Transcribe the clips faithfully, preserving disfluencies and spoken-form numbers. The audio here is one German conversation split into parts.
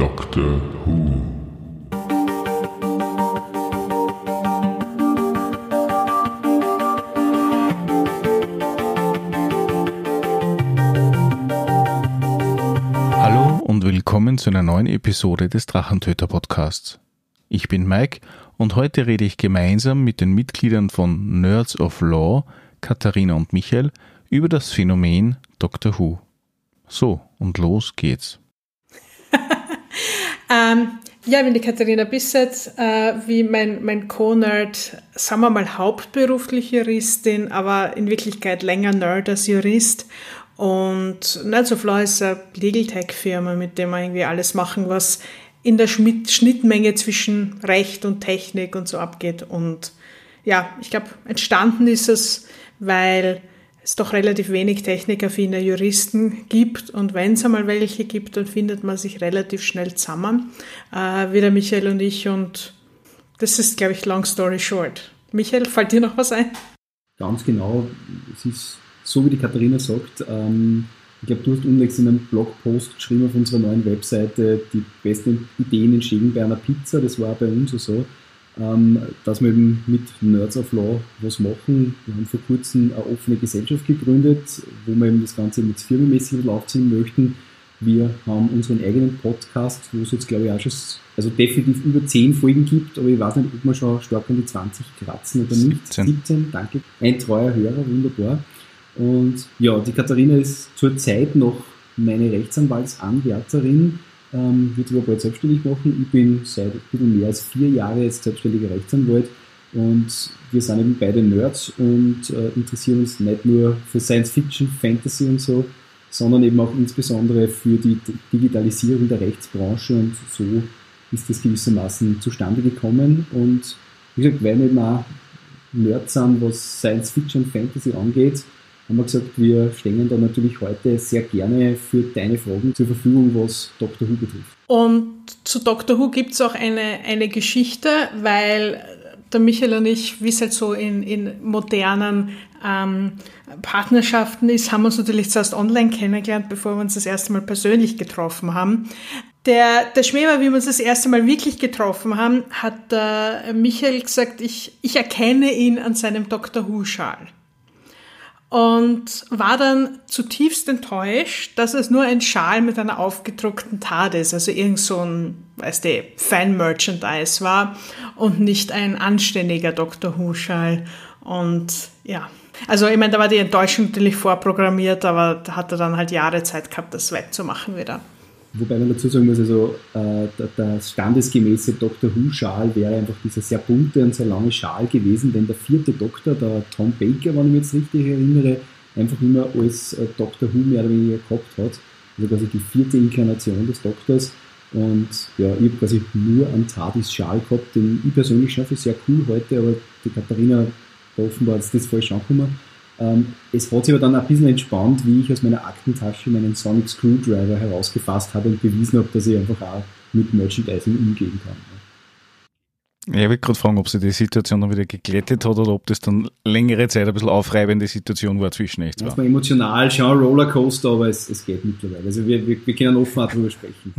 Doctor Who. Hallo und willkommen zu einer neuen Episode des Drachentöter-Podcasts. Ich bin Mike und heute rede ich gemeinsam mit den Mitgliedern von Nerds of Law, Katharina und Michael, über das Phänomen Doctor Who. So, und los geht's. ähm, ja, ich bin die Katharina Bisset, äh, wie mein, mein Co-Nerd, sagen wir mal hauptberuflich Juristin, aber in Wirklichkeit länger Nerd als Jurist. Und Nerds of Law ist eine Legal Tech-Firma, mit der wir irgendwie alles machen, was in der Schmitt- Schnittmenge zwischen Recht und Technik und so abgeht. Und ja, ich glaube, entstanden ist es, weil es doch relativ wenig technikaffine Juristen gibt. Und wenn es einmal welche gibt, dann findet man sich relativ schnell zusammen, äh, wie der Michael und ich. Und das ist, glaube ich, long story short. Michael, fällt dir noch was ein? Ganz genau. Es ist so, wie die Katharina sagt. Ähm, ich glaube, du hast unlängst in einem Blogpost geschrieben auf unserer neuen Webseite, die besten Ideen entstehen bei einer Pizza. Das war auch bei uns so. Ähm, dass wir eben mit Nerds of Law was machen. Wir haben vor kurzem eine offene Gesellschaft gegründet, wo wir eben das Ganze mit firmenmäßig aufziehen möchten. Wir haben unseren eigenen Podcast, wo es jetzt glaube ich auch schon, also definitiv über zehn Folgen gibt, aber ich weiß nicht, ob wir schon stark an die zwanzig kratzen oder nicht. siebzehn. siebzehn, danke. Ein treuer Hörer, wunderbar. Und ja, die Katharina ist zurzeit noch meine Rechtsanwaltsanwärterin, Ähm, wird aber bald selbstständig machen. Ich bin seit ein bisschen mehr als vier Jahren jetzt selbstständiger Rechtsanwalt und wir sind eben beide Nerds und äh, interessieren uns nicht nur für Science Fiction, Fantasy und so, sondern eben auch insbesondere für die Digitalisierung der Rechtsbranche und so ist das gewissermaßen zustande gekommen. Und wie gesagt, weil wir eben auch Nerds sind, was Science Fiction, Fantasy angeht, haben wir gesagt, wir stehen da natürlich heute sehr gerne für deine Fragen zur Verfügung, was Doctor Who betrifft. Und zu Doctor Who gibt es auch eine, eine Geschichte, weil der Michael und ich, wie es halt so in, in modernen ähm, Partnerschaften ist, haben wir uns natürlich zuerst online kennengelernt, bevor wir uns das erste Mal persönlich getroffen haben. Der, der Schmäh war, wie wir uns das erste Mal wirklich getroffen haben, hat äh, Michael gesagt, ich, ich erkenne ihn an seinem Doctor Who-Schal. Und war dann zutiefst enttäuscht, dass es nur ein Schal mit einer aufgedruckten TARDIS, also irgend so ein, weißt du, Fan-Merchandise war und nicht ein anständiger Doctor Who-Schal. Und ja, also ich meine, da war die Enttäuschung natürlich vorprogrammiert, aber da hat er dann halt Jahre Zeit gehabt, das wettzumachen wieder. Wobei man dazu sagen muss, also äh, der, der standesgemäße Doctor Who-Schal wäre einfach dieser sehr bunte und sehr lange Schal gewesen, denn der vierte Doktor, der Tom Baker, wenn ich mich jetzt richtig erinnere, einfach immer als äh, Doctor Who mehr oder weniger gehabt hat. Also quasi die vierte Inkarnation des Doktors. Und ja, ich habe quasi nur einen TARDIS-Schal gehabt, den ich persönlich schon für sehr cool halte, aber die Katharina da offenbar ist das falsch angekommen. Ähm, es hat sich aber dann ein bisschen entspannt, wie ich aus meiner Aktentasche meinen Sonic Screwdriver herausgefasst habe und bewiesen habe, dass ich einfach auch mit Merchandising umgehen kann. Ja, ich wollte gerade fragen, ob sich die Situation dann wieder geglättet hat oder ob das dann längere Zeit ein bisschen aufreibende Situation war zwischen euch zwei. Das war emotional, schon ein Rollercoaster, aber es, es geht mittlerweile. Also wir, wir, wir können offen auch drüber sprechen.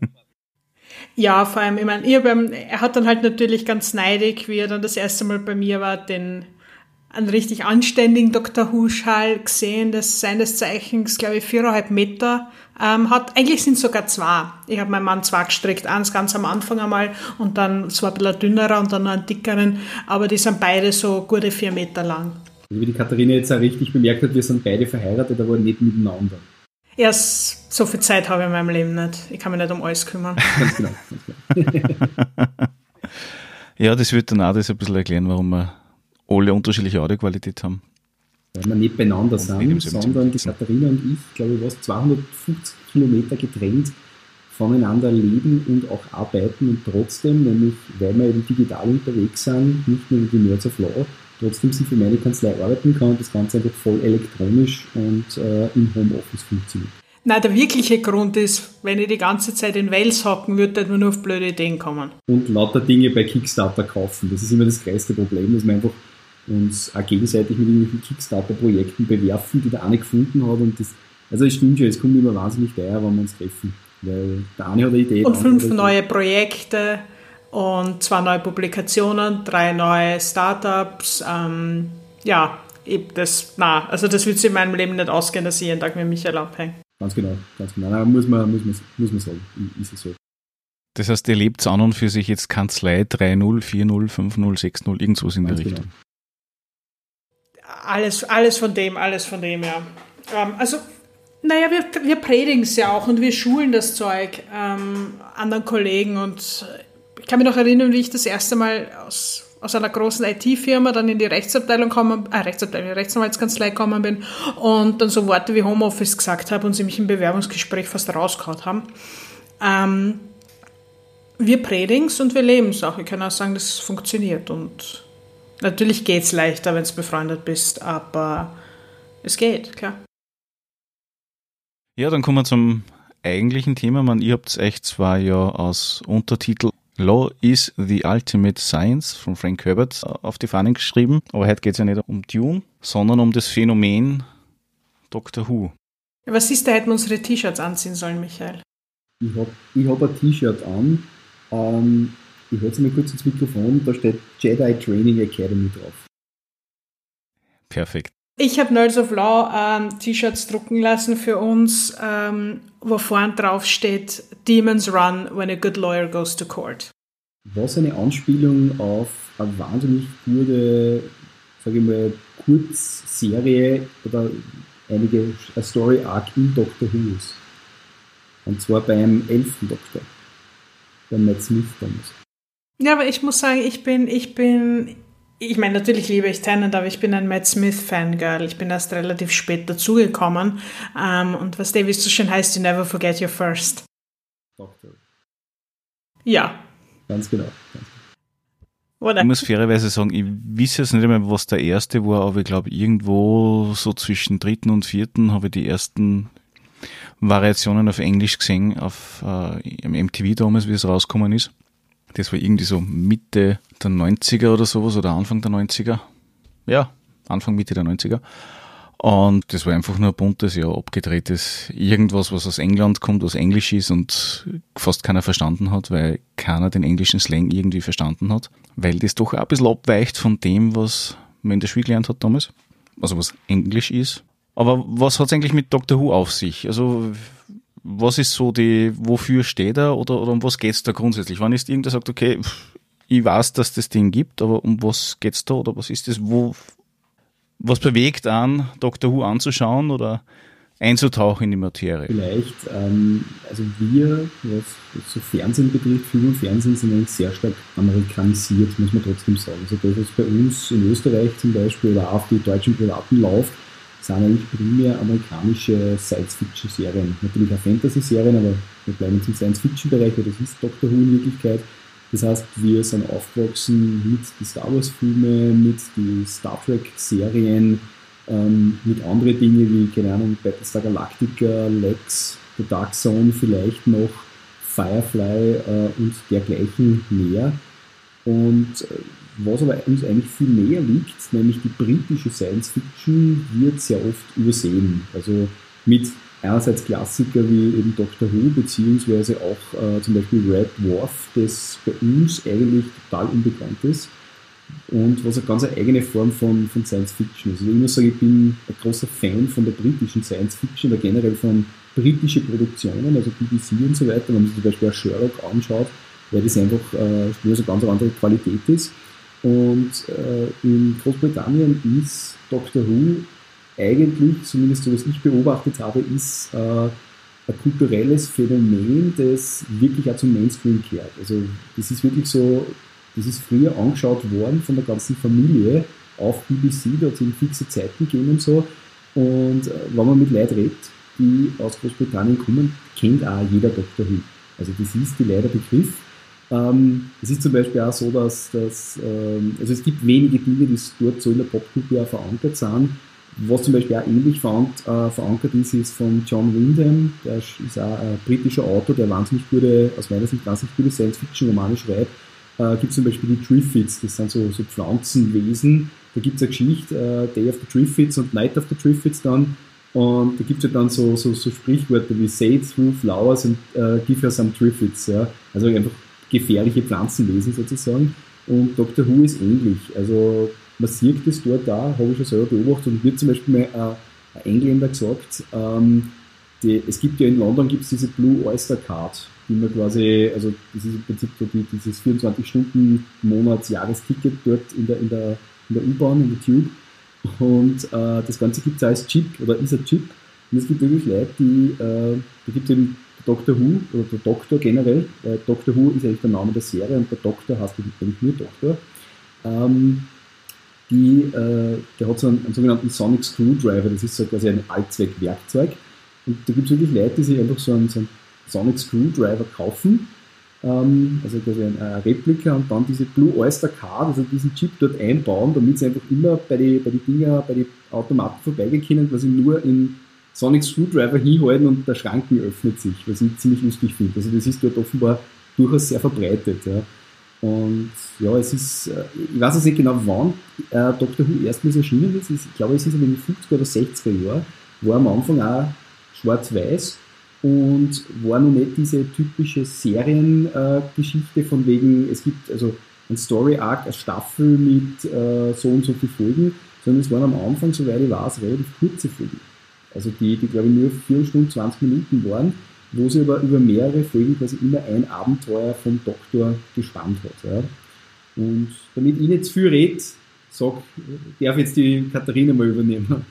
Ja, vor allem, ich meine, ich hab, er hat dann halt natürlich ganz neidig, wie er dann das erste Mal bei mir war, den einen richtig anständigen Doctor Who-Schal gesehen, das seines Zeichens, glaube ich, viereinhalb Meter ähm, hat. Eigentlich sind es sogar zwei. Ich habe meinem Mann zwei gestrickt, eins ganz am Anfang einmal und dann so ein bisschen dünnerer und dann noch einen dickeren, aber die sind beide so gute vier Meter lang. Also wie die Katharina jetzt auch richtig bemerkt hat, wir sind beide verheiratet, aber nicht miteinander. Erst so viel Zeit habe ich in meinem Leben nicht. Ich kann mich nicht um alles kümmern. Ganz genau. Ganz genau. Ja, das wird dann auch das ein bisschen erklären, warum wir alle unterschiedliche Audioqualität haben. Weil wir nicht beieinander sind, sondern die Katharina und ich, glaube ich, was zweihundertfünfzig Kilometer getrennt voneinander leben und auch arbeiten und trotzdem, nämlich weil wir eben digital unterwegs sind, nicht nur wie die Nerds of Law, trotzdem sie für meine Kanzlei arbeiten kann und das Ganze einfach voll elektronisch und äh, im Homeoffice funktioniert. Nein, der wirkliche Grund ist, wenn ich die ganze Zeit in Wales hocken würde, würde man nur auf blöde Ideen kommen. Und lauter Dinge bei Kickstarter kaufen. Das ist immer das größte Problem, dass wir einfach uns auch gegenseitig mit irgendwelchen Kickstarter-Projekten bewerfen, die der eine gefunden hat. Und das, also es stimmt schon, es kommt immer wahnsinnig teuer, wenn wir uns treffen. Weil der eine hat eine Idee. Und fünf neue Projekte und zwei neue Publikationen, drei neue Startups. Ähm, ja, das, na, also das wird sich in meinem Leben nicht ausgehen, dass ich jeden Tag mit Michael abhänge. Ganz genau, ganz genau. Nein, muss man, muss man, muss man sagen, ist es so. Das heißt, ihr lebt an und für sich jetzt Kanzlei drei null, vier null, fünf null, sechs null, irgendwas in der Richtung. Genau. Alles, alles von dem, alles von dem, ja. Ähm, also, naja, wir, wir predigen es ja auch und wir schulen das Zeug ähm, anderen Kollegen und ich kann mich noch erinnern, wie ich das erste Mal aus, aus einer großen I T-Firma dann in die Rechtsabteilung kommen, äh, Rechtsabteilung, Rechtsanwaltskanzlei gekommen bin und dann so Worte wie Homeoffice gesagt habe und sie mich im Bewerbungsgespräch fast rausgehauen haben. Ähm, wir predigen es und wir leben es auch. Ich kann auch sagen, das funktioniert und natürlich geht es leichter, wenn du befreundet bist, aber es geht, klar. Ja, dann kommen wir zum eigentlichen Thema. Man, ihr habt euch zwar ja aus Untertitel Law is the Ultimate Science von Frank Herbert auf die Fahnen geschrieben, aber heute geht es ja nicht um Dune, sondern um das Phänomen Doctor Who. Was ist da, hätten wir unsere T-Shirts anziehen sollen, Michael? Ich habe ich hab ein T-Shirt an. Ähm, ich halte es mal kurz ins Mikrofon, da steht Jedi Training Academy drauf. Perfekt. Ich habe Nerds of Law ähm, T-Shirts drucken lassen für uns, ähm, wo vorn drauf steht Demons run when a good lawyer goes to court. Was eine Anspielung auf eine wahnsinnig gute, sage ich mal, Kurzserie oder einige eine Story Arc in Doctor Who ist. Und zwar beim elften Doktor, beim Matt Smith damals. Ja, aber ich muss sagen, ich bin, ich bin, ich meine, natürlich liebe ich Tennant, aber ich bin ein Matt Smith-Fangirl. Ich bin erst relativ spät dazugekommen. Um, und was Davies so schön heißt, you never forget your first. Doktor. Ja. Ganz genau. Ganz genau. Oder? Ich muss fairerweise sagen, ich weiß jetzt nicht mehr, was der erste war, aber ich glaube, irgendwo so zwischen dritten und vierten habe ich die ersten Variationen auf Englisch gesehen, auf äh, im M T V damals, wie es rausgekommen ist. Das war irgendwie so Mitte der neunziger oder sowas oder Anfang der neunziger. Ja, Anfang, Mitte der neunziger. Und das war einfach nur ein buntes, ja, abgedrehtes irgendwas, was aus England kommt, was Englisch ist und fast keiner verstanden hat, weil keiner den englischen Slang irgendwie verstanden hat. Weil das doch auch ein bisschen abweicht von dem, was man in der Schule gelernt hat damals. Also was Englisch ist. Aber was hat es eigentlich mit Doctor Who auf sich? Also was ist so die, wofür steht er oder, oder um was geht es da grundsätzlich? Wann ist irgendwer sagt, okay, ich weiß, dass das Ding gibt, aber um was geht es da oder was ist das, wo, was bewegt an, Doctor Who anzuschauen oder einzutauchen in die Materie? Vielleicht, ähm, also wir, was so Fernsehen betrifft, Film und Fernsehen sind eigentlich sehr stark amerikanisiert, muss man trotzdem sagen. Also das, was bei uns in Österreich zum Beispiel oder auch auf die deutschen Privaten läuft, sind eigentlich primär amerikanische Science-Fiction-Serien. Natürlich auch Fantasy-Serien, aber wir bleiben jetzt im Science-Fiction-Bereich, weil das ist Doctor Who in Wirklichkeit. Das heißt, wir sind aufgewachsen mit den Star Wars-Filmen, mit den Star Trek-Serien, ähm, mit anderen Dingen wie, keine Ahnung, Battlestar Galactica, Lex, The Dark Zone vielleicht noch, Firefly äh, und dergleichen mehr. Und äh, was aber uns eigentlich viel näher liegt, nämlich die britische Science-Fiction, wird sehr oft übersehen. Also mit einerseits Klassiker wie eben Doctor Who, beziehungsweise auch äh, zum Beispiel Red Dwarf, das bei uns eigentlich total unbekannt ist und was eine ganz eigene Form von, von Science-Fiction ist. Also ich muss sagen, ich bin ein großer Fan von der britischen Science-Fiction oder generell von britischen Produktionen, also B B C und so weiter, wenn man sich zum Beispiel auch Sherlock anschaut, weil das einfach äh, eine ganz andere Qualität ist. Und äh, in Großbritannien ist Doctor Who eigentlich, zumindest so was ich beobachtet habe, ist äh, ein kulturelles Phänomen, das wirklich auch zum Mainstream kehrt. Also das ist wirklich so, das ist früher angeschaut worden von der ganzen Familie auf B B C, da hat es eben fixe Zeiten gegeben und so. Und äh, wenn man mit Leuten redet, die aus Großbritannien kommen, kennt auch jeder Doctor Who. Also das ist die leider Begriff. Ähm, es ist zum Beispiel auch so, dass, dass ähm, also es gibt wenige Dinge, die dort so in der Popkultur auch verankert sind. Was zum Beispiel auch ähnlich verank, äh, verankert ist, ist von John Wyndham, der ist auch ein britischer Autor, der wahnsinnig gute, aus meiner Sicht wahnsinnig gute Science-Fiction-Romane schreibt. Äh, gibt zum Beispiel die Triffids, das sind so, so Pflanzenwesen. Da gibt es eine Geschichte, äh, Day of the Triffids und Night of the Triffids dann, Und da gibt es ja dann so, so, so Sprichwörter wie say it through flowers and uh, give her some triffids, ja. Also einfach gefährliche Pflanzenwesen sozusagen. Und Doctor Who ist ähnlich. Also man sieht das dort da, habe ich schon selber beobachtet, und wird zum Beispiel mal äh, ein Engländer gesagt, ähm, die, es gibt ja in London gibt's diese Blue Oyster Card, die man quasi, also das ist im Prinzip so die, dieses vierundzwanzig-Stunden-Monats-Jahresticket dort in der, in der, in der U-Bahn, in der Tube. Und äh, das Ganze gibt es als Chip oder ist ein Chip. Und es gibt wirklich Leute, die, äh, da gibt es eben Doctor Who oder der Doktor generell. Äh, Doctor Who ist eigentlich der Name der Serie und der Doktor heißt eigentlich nur Doktor. Ähm, die, äh, der hat so einen, einen sogenannten Sonic Screwdriver, das ist so quasi ein Allzweckwerkzeug. Und da gibt es wirklich Leute, die sich einfach so einen, so einen Sonic Screwdriver kaufen, ähm, also quasi eine Replika, und dann diese Blue Oyster Card, also diesen Chip dort einbauen, damit sie einfach immer bei den bei die Dinger, bei den Automaten vorbeigehen können, quasi nur in Sonic Screwdriver hinhalten und der Schranken öffnet sich, was ich ziemlich lustig finde. Also das ist dort offenbar durchaus sehr verbreitet. Ja. Und ja, es ist, ich weiß jetzt nicht genau, wann äh, Doctor Who erstmals erschienen ist. Ich glaube, es ist in den fünfziger oder sechziger Jahren, war am Anfang auch schwarz-weiß und war noch nicht diese typische Seriengeschichte äh, von wegen, es gibt also ein Story-Arc, eine Staffel mit äh, so und so viel Folgen, sondern es waren am Anfang, soweit ich weiß, relativ kurze Folgen. Also die, die glaube ich nur vier Stunden, zwanzig Minuten waren, wo sie aber über mehrere Folgen quasi immer ein Abenteuer vom Doktor gespannt hat. Ja. Und damit ich nicht zu viel rede, sag, darf jetzt die Katharina mal übernehmen.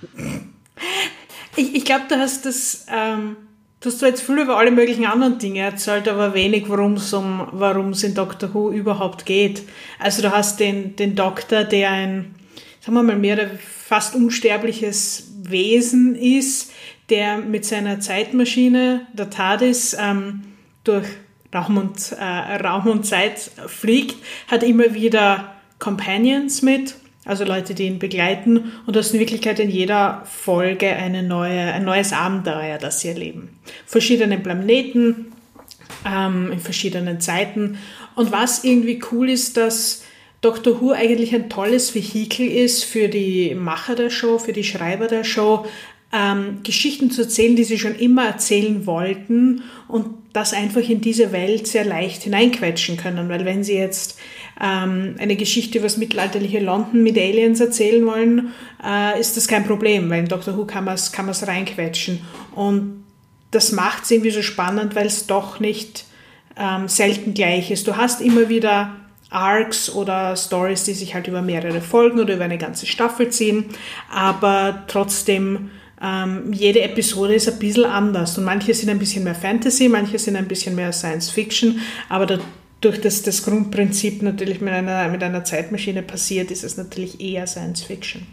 Ich, ich glaube, du hast das, ähm, du hast jetzt viel über alle möglichen anderen Dinge erzählt, aber wenig, worum es um, warum es in Doctor Who überhaupt geht. Also du hast den, den Doktor, der ein, sagen wir mal, mehr oder fast unsterbliches Wesen ist, der mit seiner Zeitmaschine, der TARDIS, ähm, durch Raum und, äh, Raum und Zeit fliegt, hat immer wieder Companions mit, also Leute, die ihn begleiten, und das ist in Wirklichkeit in jeder Folge eine neue, ein neues Abenteuer, das sie erleben. Verschiedene Planeten, ähm, in verschiedenen Zeiten. Und was irgendwie cool ist, dass Doctor Who eigentlich ein tolles Vehikel ist für die Macher der Show, für die Schreiber der Show, ähm, Geschichten zu erzählen, die sie schon immer erzählen wollten, und das einfach in diese Welt sehr leicht hineinquetschen können. Weil wenn sie jetzt ähm, eine Geschichte über das mittelalterliche London mit Aliens erzählen wollen, äh, ist das kein Problem, weil in Doctor Who kann man es kann man's reinquetschen. Und das macht es irgendwie so spannend, weil es doch nicht ähm, selten gleich ist. Du hast immer wieder Arcs oder Stories, die sich halt über mehrere Folgen oder über eine ganze Staffel ziehen, aber trotzdem ähm, jede Episode ist ein bisschen anders, und manche sind ein bisschen mehr Fantasy, manche sind ein bisschen mehr Science Fiction, aber dadurch, dass das Grundprinzip natürlich mit einer, mit einer Zeitmaschine passiert, ist es natürlich eher Science Fiction.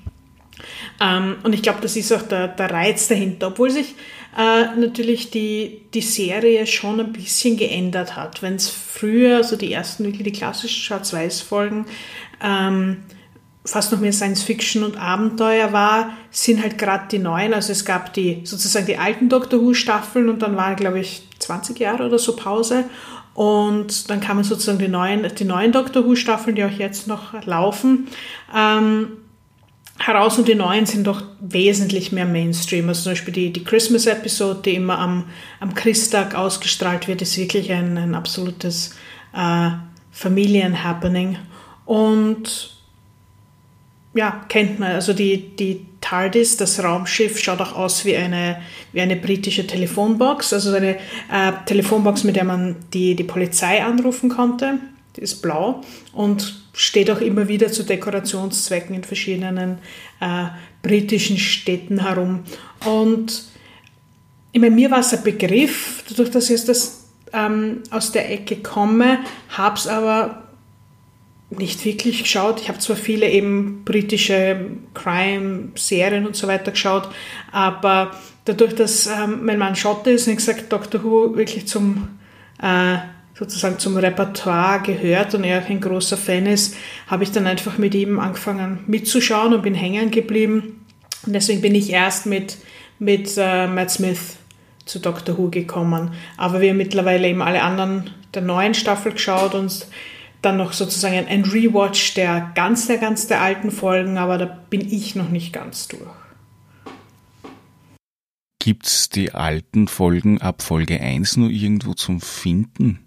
Ähm, und ich glaube, das ist auch der, der Reiz dahinter, obwohl sich äh, natürlich die, die Serie schon ein bisschen geändert hat. Wenn es früher, also die ersten, wirklich die klassischen Schwarz-Weiß-Folgen, ähm, fast noch mehr Science-Fiction und Abenteuer war, sind halt gerade die neuen, also es gab die sozusagen die alten Doctor Who-Staffeln, und dann waren, glaube ich, zwanzig Jahre oder so Pause, und dann kamen sozusagen die neuen, die neuen Doctor Who-Staffeln, die auch jetzt noch laufen, ähm, heraus, und die neuen sind doch wesentlich mehr Mainstream. Also zum Beispiel die, die Christmas-Episode, die immer am, am Christtag ausgestrahlt wird, ist wirklich ein, ein absolutes äh, Familien-Happening. Und ja, kennt man. Also die, die TARDIS, das Raumschiff, schaut auch aus wie eine, wie eine britische Telefonbox. Also eine äh, Telefonbox, mit der man die, die Polizei anrufen konnte. Die ist blau und steht auch immer wieder zu Dekorationszwecken in verschiedenen äh, britischen Städten herum. Und ich meine, mir war es ein Begriff, dadurch, dass ich jetzt das, ähm, aus der Ecke komme, habe es aber nicht wirklich geschaut. Ich habe zwar viele eben britische Crime-Serien und so weiter geschaut, aber dadurch, dass ähm, mein Mann Schotte ist und ich gesagt, Doctor Who wirklich zum äh, sozusagen zum Repertoire gehört und er auch ein großer Fan ist, habe ich dann einfach mit ihm angefangen mitzuschauen und bin hängen geblieben. Und deswegen bin ich erst mit, mit äh, Matt Smith zu Doctor Who gekommen. Aber wir haben mittlerweile eben alle anderen der neuen Staffel geschaut und dann noch sozusagen ein Rewatch der ganz, der ganz der alten Folgen, aber da bin ich noch nicht ganz durch. gibt's die alten Folgen ab Folge eins nur irgendwo zum Finden?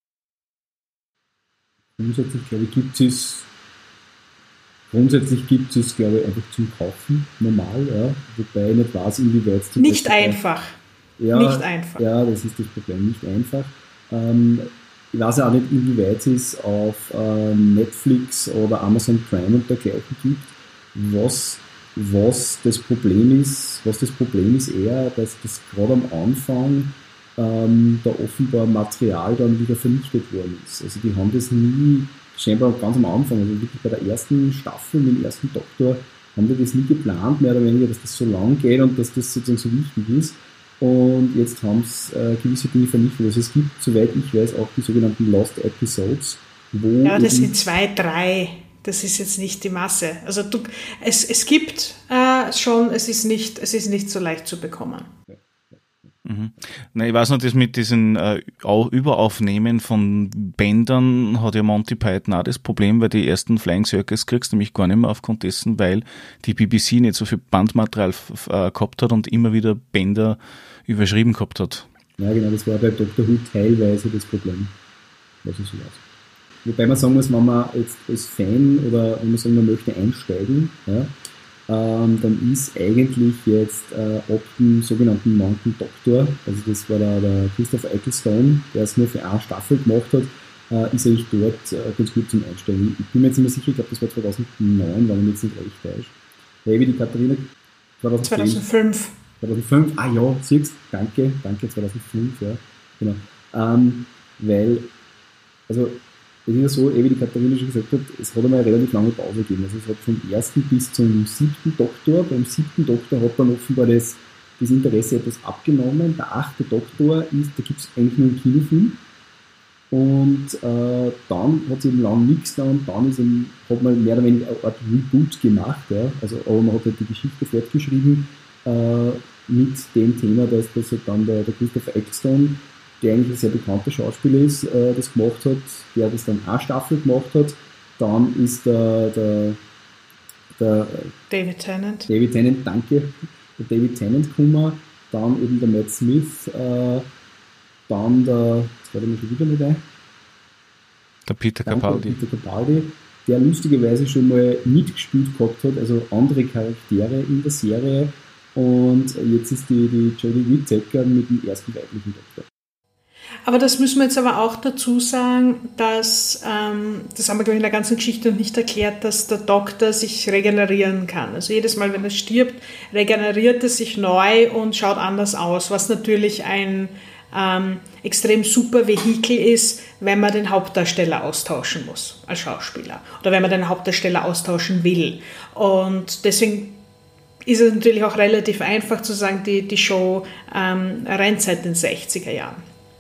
Grundsätzlich, glaube ich, gibt es Grundsätzlich gibt es, glaube ich, einfach zum Kaufen, normal, ja. Wobei ich nicht weiß, inwieweit es... Nicht einfach. Ja, nicht einfach. Ja, das ist das Problem, nicht einfach. Ähm, ich weiß auch nicht, inwieweit es auf äh, Netflix oder Amazon Prime und dergleichen gibt. Was, was das Problem ist, was das Problem ist eher, dass das gerade am Anfang ähm, da offenbar Material dann wieder vernichtet worden ist. Also die haben das nie... scheinbar ganz am Anfang, also wirklich bei der ersten Staffel, mit dem ersten Doktor, haben die das nie geplant, mehr oder weniger, dass das so lang geht und dass das sozusagen so wichtig ist. Und jetzt haben es äh, gewisse Dinge vernichtet. Also es gibt, soweit ich weiß, auch die sogenannten Lost Episodes, wo... Ja, das sind zwei, drei. Das ist jetzt nicht die Masse. Also du, es, es gibt äh, schon, es ist, nicht, es ist nicht so leicht zu bekommen. Ja. Mhm. Na, ich weiß noch, das mit diesen äh, Überaufnehmen von Bändern hat ja Monty Python auch das Problem, weil die ersten Flying Circus kriegst du nämlich gar nicht mehr aufgrund dessen, weil die B B C nicht so viel Bandmaterial f- äh, gehabt hat und immer wieder Bänder überschrieben gehabt hat. Ja, genau, das war bei Doctor Who teilweise das Problem, was ich so weiß. Wobei man sagen muss, wenn man jetzt als Fan oder wenn man sagen, man möchte einsteigen, ja, Ähm, dann ist eigentlich jetzt äh, ab dem sogenannten neunten Doktor, also das war der, der Christopher Ecclestone, der es nur für eine Staffel gemacht hat, äh, ist eigentlich dort äh, ganz gut zum Einsteigen. Ich bin mir jetzt nicht mehr sicher, ich glaube das war zweitausendneun, wenn ich mich jetzt nicht recht täusche. Hey, wie die Katharina? zweitausendfünf. zweitausendfünf, ah ja, siehst, danke, danke, zweitausendfünf, ja, genau. Ähm, weil, also es ist ja so, wie die Katharina schon gesagt hat, es hat einmal eine relativ lange Pause gegeben. Also es hat vom ersten bis zum siebten Doktor, beim siebten Doktor hat dann offenbar das, das Interesse etwas abgenommen. Der achte Doktor ist, da gibt es eigentlich nur einen Kinofilm. Und äh, dann hat es eben lang nichts da und dann ist eben, hat man mehr oder weniger eine Art Reboot gemacht. Ja? Also, aber man hat halt die Geschichte fortgeschrieben äh, mit dem Thema, dass das halt dann der, der Christopher Ecclestone, der eigentlich ein sehr bekannter Schauspieler ist, äh, das gemacht hat, der das dann eine Staffel gemacht hat. Dann ist der, der, der David Tennant. David Tennant, danke, der David Tennant gekommen, dann eben der Matt Smith, äh, dann der, jetzt werde ich mir schon wieder nicht ein, Der Peter danke, Capaldi. Peter Capaldi, der lustigerweise schon mal mitgespielt gehabt hat, also andere Charaktere in der Serie, und jetzt ist die, die Jodie Whittaker mit dem ersten weiblichen Doktor. Aber das müssen wir jetzt aber auch dazu sagen, dass, ähm, das haben wir, glaube ich, in der ganzen Geschichte noch nicht erklärt, dass der Doktor sich regenerieren kann. Also jedes Mal, wenn er stirbt, regeneriert er sich neu und schaut anders aus, was natürlich ein ähm, extrem super Vehikel ist, wenn man den Hauptdarsteller austauschen muss als Schauspieler oder wenn man den Hauptdarsteller austauschen will. Und deswegen ist es natürlich auch relativ einfach zu sagen, die, die Show ähm, rennt seit den sechziger Jahren.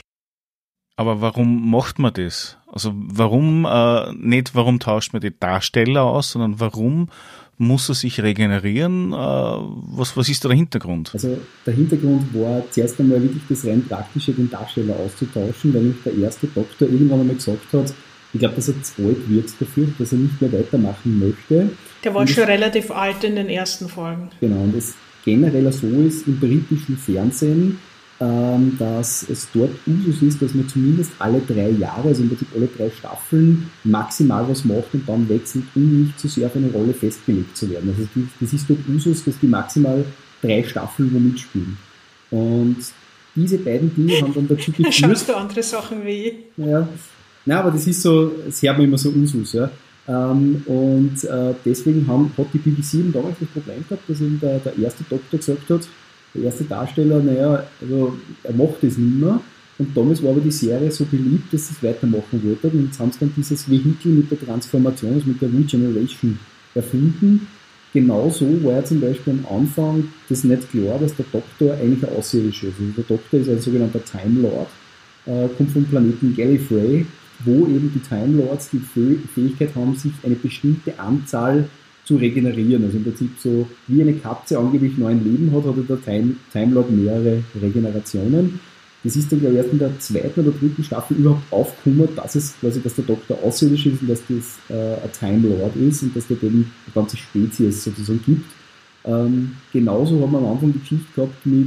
Aber warum macht man das? Also warum, äh, nicht warum tauscht man die Darsteller aus, sondern warum muss er sich regenerieren? Äh, was, was ist da der Hintergrund? Also der Hintergrund war zuerst einmal wirklich das rein praktische, den Darsteller auszutauschen, weil nämlich der erste Doktor irgendwann einmal gesagt hat, ich glaube, dass er zu alt wird dafür, dass er nicht mehr weitermachen möchte. Der war und schon es, relativ alt in den ersten Folgen. Genau, und es generell so ist im britischen Fernsehen, ähm, dass es dort Usus ist, dass man zumindest alle drei Jahre, also im Prinzip alle drei Staffeln, maximal was macht und dann wechselt, um nicht zu sehr auf eine Rolle festgelegt zu werden. Also das ist dort Usus, dass die maximal drei Staffeln wo mitspielen. Und diese beiden Dinge haben dann dazu geführt... Da schaust du andere Sachen wie ich. Ja, nein, aber das ist so, das hört man immer so Usus, ja. Ähm, und äh, deswegen haben, hat die B B C eben damals das Problem gehabt, dass eben der, der erste Doktor gesagt hat, der erste Darsteller, naja, also er macht das nicht mehr. Und damals war aber die Serie so beliebt, dass sie es weitermachen wollten. Und jetzt haben sie dann dieses Vehikel mit der Transformation, also mit der Regeneration erfunden. Genauso war ja zum Beispiel am Anfang das nicht klar, dass der Doktor eigentlich ein Außerirdischer ist. Also der Doktor ist ein sogenannter Time Lord, äh, kommt vom Planeten Gallifrey, wo eben die Time Lords die Fähigkeit haben, sich eine bestimmte Anzahl zu regenerieren. Also im Prinzip so wie eine Katze angeblich neun Leben hat, hat der Time, Time Lord mehrere Regenerationen. Das ist dann, glaube ich, erst in der zweiten oder dritten Staffel überhaupt aufgekommen, dass es quasi, dass der Doktor außerirdisch ist und dass das äh, ein Time Lord ist und dass der eben eine ganze Spezies sozusagen gibt. Ähm, genauso haben wir am Anfang die Geschichte gehabt mit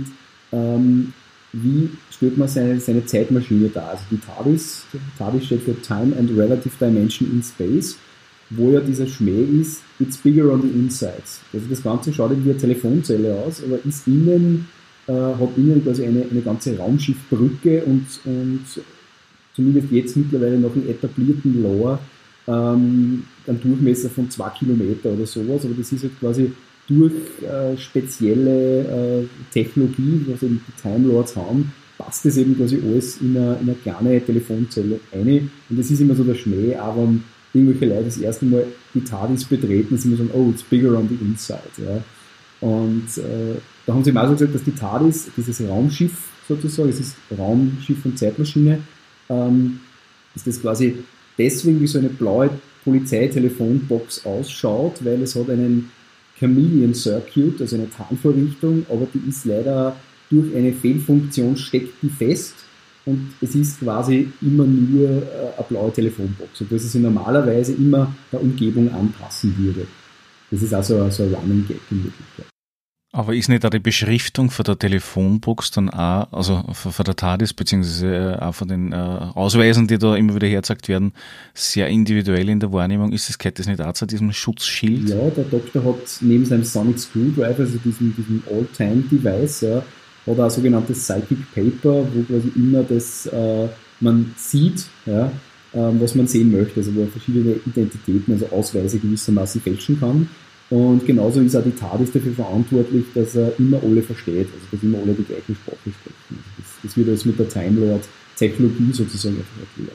ähm, wie stellt man seine, seine Zeitmaschine dar? Also die TARDIS, TARDIS steht für Time and Relative Dimension in Space, wo ja dieser Schmäh ist, it's bigger on the insides. Also das Ganze schaut eben wie eine Telefonzelle aus, aber ist innen, äh, hat innen quasi eine, eine ganze Raumschiffbrücke und, und zumindest jetzt mittlerweile noch einen etablierten Lore, ähm, einen Durchmesser von zwei Kilometer oder sowas, aber das ist halt quasi durch äh, spezielle äh, Technologie, was eben die Time Lords haben, passt das eben quasi alles in eine, in eine kleine Telefonzelle rein. Und das ist immer so der Schmäh, auch wenn irgendwelche Leute das erste Mal die TARDIS betreten, sind wir so, oh, it's bigger on the inside. Ja. Und äh, da haben sie mal so gesagt, dass die TARDIS, dieses Raumschiff sozusagen, es ist Raumschiff und Zeitmaschine, ähm, ist das quasi deswegen wie so eine blaue Polizeitelefonbox ausschaut, weil es hat einen Chameleon Circuit, also eine Tarnvorrichtung, aber die ist leider durch eine Fehlfunktion steckt die fest und es ist quasi immer nur äh, eine blaue Telefonbox, obwohl sie sich normalerweise immer der Umgebung anpassen würde. Das ist also so ein Running Gag in Wirklichkeit. Aber ist nicht auch die Beschriftung von der Telefonbox dann auch, also von der TARDIS, beziehungsweise auch von den äh, Ausweisen, die da immer wieder hergezeigt werden, sehr individuell in der Wahrnehmung? Ist das, gehört das nicht auch zu diesem Schutzschild? Ja, der Doktor hat neben seinem Sonic Screwdriver, also diesem, diesem All-Time-Device, ja, hat er ein sogenanntes Psychic Paper, wo quasi immer das, äh, man sieht, ja, äh, was man sehen möchte, also wo er verschiedene Identitäten, also Ausweise gewissermaßen fälschen kann. Und genauso ist auch die TARDIS dafür verantwortlich, dass er immer alle versteht, also dass immer alle die gleiche Sprache sprechen. Also das, das wird alles mit der Time Lord Technologie sozusagen erklärt.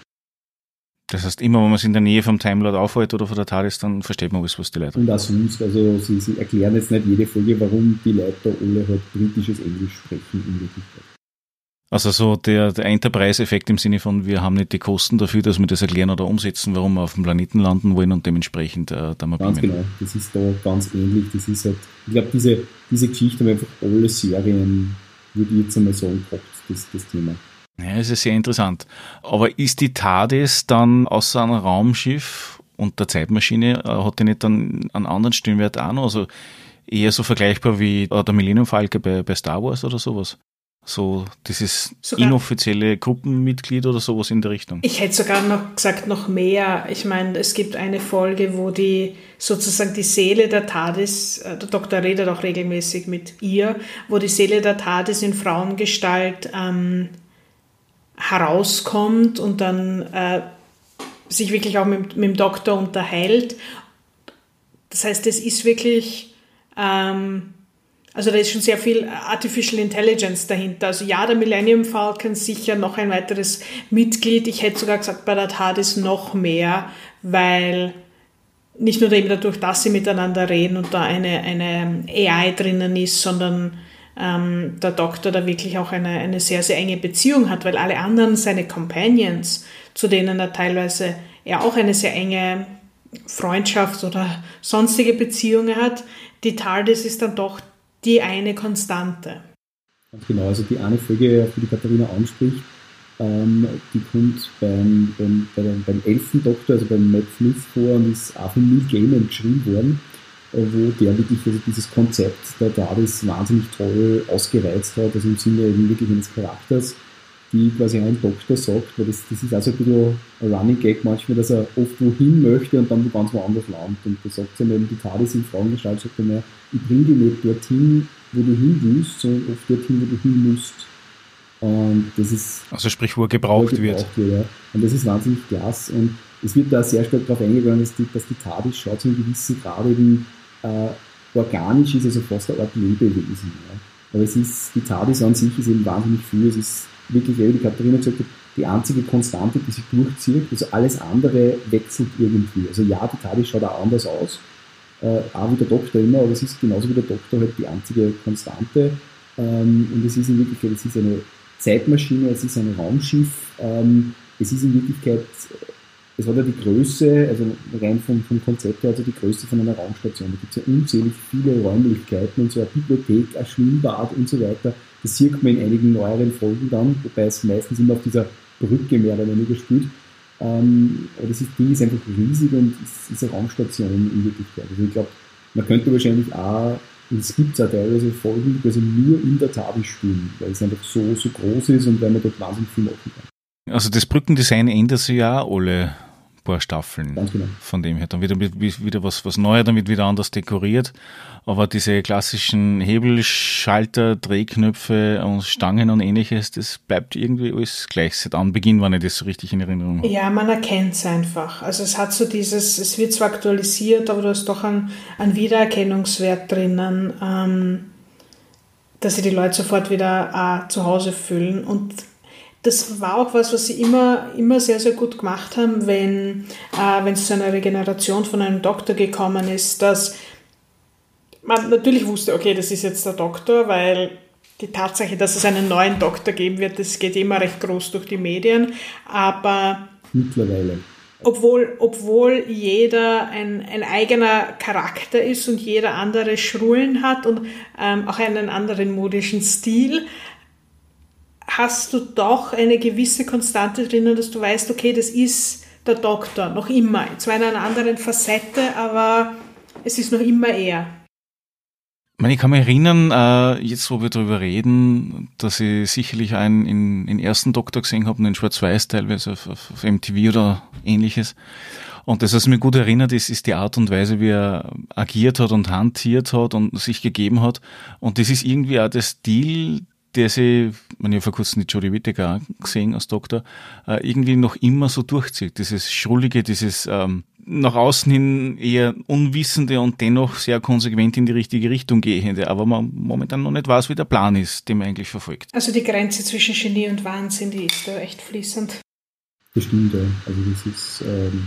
Das heißt, immer wenn man sich in der Nähe vom Time Lord aufhält oder von der TARDIS, dann versteht man alles, was die Leute Und auch sonst, also sie, sie erklären jetzt nicht jede Folge, warum die Leute da alle halt britisches Englisch sprechen in Wirklichkeit. Also so der, der Enterprise-Effekt im Sinne von, wir haben nicht die Kosten dafür, dass wir das erklären oder umsetzen, warum wir auf dem Planeten landen wollen und dementsprechend äh, da mal Ganz beamen. genau, das ist da ganz ähnlich. Das ist halt, ich glaube, diese, diese Geschichte haben einfach alle Serien, würde ich jetzt einmal sagen, gehabt, das, das Thema. Ja, das ist sehr interessant. Aber ist die TARDIS dann außer einem Raumschiff und der Zeitmaschine, äh, hat die nicht dann einen anderen Stellenwert auch noch? Also eher so vergleichbar wie äh, der Millennium Falcon bei, bei Star Wars oder sowas? So dieses sogar inoffizielle Gruppenmitglied oder sowas in der Richtung? Ich hätte sogar noch gesagt, noch mehr. Ich meine, es gibt eine Folge, wo die sozusagen die Seele der TARDIS, der Doktor redet auch regelmäßig mit ihr, wo die Seele der TARDIS in Frauengestalt ähm, herauskommt und dann äh, sich wirklich auch mit, mit dem Doktor unterhält. Das heißt, es ist wirklich... Ähm, Also da ist schon sehr viel Artificial Intelligence dahinter. Also ja, der Millennium Falcon sicher noch ein weiteres Mitglied. Ich hätte sogar gesagt, bei der TARDIS noch mehr, weil nicht nur eben dadurch, dass sie miteinander reden und da eine, eine A I drinnen ist, sondern ähm, der Doktor da wirklich auch eine, eine sehr, sehr enge Beziehung hat, weil alle anderen, seine Companions, zu denen er teilweise ja auch eine sehr enge Freundschaft oder sonstige Beziehungen hat, die TARDIS ist dann doch die eine Konstante. Ganz genau, also die eine Folge, auf die die Katharina anspricht, ähm, die kommt beim, beim, beim, beim elften Doktor, also beim Matt Smith vor und ist auch von Neil Gaiman geschrieben worden, äh, wo der wirklich also dieses Konzept der TARDIS wahnsinnig toll ausgereizt hat, also im Sinne eben wirklich eines Charakters, die quasi ein Doktor sagt, weil das, das ist also ein bisschen ein Running Gag manchmal, dass er oft wohin möchte und dann ganz woanders landet. Und da sagt sie eben, die TARDIS in Frauengestalt, sagt er mir, ich bringe dich nicht dorthin, wo du hin willst, sondern oft dorthin, wo du hin musst. Und das ist... Also sprich, wo er gebraucht, wo er gebraucht wird. wird ja. Und das ist wahnsinnig klasse. Und es wird da sehr stark darauf eingegangen, dass die, dass die TARDIS schaut zu einem gewissen Grad eben äh, organisch ist, also fast eine Art Lebewesen. Ja. Aber es ist, die TARDIS an sich ist eben wahnsinnig viel. Es ist wirklich, wie die Katharina gesagt hat, die einzige Konstante, die sich durchzieht. Also alles andere wechselt irgendwie. Also ja, die TARDIS schaut auch anders aus. Äh, auch wie der Doktor immer, aber es ist genauso wie der Doktor halt die einzige Konstante. Ähm, und es ist in Wirklichkeit, es ist eine Zeitmaschine, es ist ein Raumschiff. Ähm, es ist in Wirklichkeit, es hat ja die Größe, also rein vom, vom Konzept her, also die Größe von einer Raumstation. Da gibt es ja unzählig viele Räumlichkeiten und so eine Bibliothek, ein Schwimmbad und so weiter. Das sieht man in einigen neueren Folgen dann, wobei es meistens immer auf dieser Brücke mehr oder weniger spielt. Ähm, aber das Ding ist einfach riesig und ist, ist eine Raumstation in Wirklichkeit. Also ich glaube, man könnte wahrscheinlich auch es gibt auch teilweise Folgen, die quasi nur in der Tafel spielen, weil es einfach so, so groß ist und weil man dort wahnsinnig viel machen kann. Also das Brückendesign ändert sich ja auch alle paar Staffeln. Ganz genau. Von dem her. Dann wird wieder was, was Neues, dann wird wieder anders dekoriert. Aber diese klassischen Hebelschalter, Drehknöpfe und Stangen und ähnliches, das bleibt irgendwie alles gleich seit Anbeginn, wenn ich das so richtig in Erinnerung habe. Ja, man erkennt es einfach. Also es hat so dieses, es wird zwar aktualisiert, aber du hast doch einen, einen Wiedererkennungswert drinnen, ähm, dass sich die Leute sofort wieder äh, zu Hause fühlen. Und das war auch was, was sie immer, immer sehr, sehr gut gemacht haben, wenn äh, wenn es zu einer Regeneration von einem Doktor gekommen ist, dass man natürlich wusste, okay, das ist jetzt der Doktor, weil die Tatsache, dass es einen neuen Doktor geben wird, das geht immer recht groß durch die Medien, aber mittlerweile. Obwohl, obwohl jeder ein, ein eigener Charakter ist und jeder andere Schrullen hat und ähm, auch einen anderen modischen Stil, hast du doch eine gewisse Konstante drinnen, dass du weißt, okay, das ist der Doktor, noch immer. Zwar in einer anderen Facette, aber es ist noch immer er. Ich meine, ich kann mich erinnern, äh, jetzt wo wir darüber reden, dass ich sicherlich einen in, in ersten Doktor gesehen habe, in Schwarz-Weiß teilweise auf, auf, auf M T V oder ähnliches. Und das, was mir gut erinnert ist, ist die Art und Weise, wie er agiert hat und hantiert hat und sich gegeben hat. Und das ist irgendwie auch der Stil, der sie, ich habe vor kurzem die Jodie Whittaker gesehen als Doktor, äh, irgendwie noch immer so durchzieht. Dieses Schrullige, dieses ähm, nach außen hin eher unwissende und dennoch sehr konsequent in die richtige Richtung gehende, aber man momentan noch nicht weiß, wie der Plan ist, den man eigentlich verfolgt. Also die Grenze zwischen Genie und Wahnsinn, die ist da echt fließend. Das stimmt, ja. Also das ist, ähm,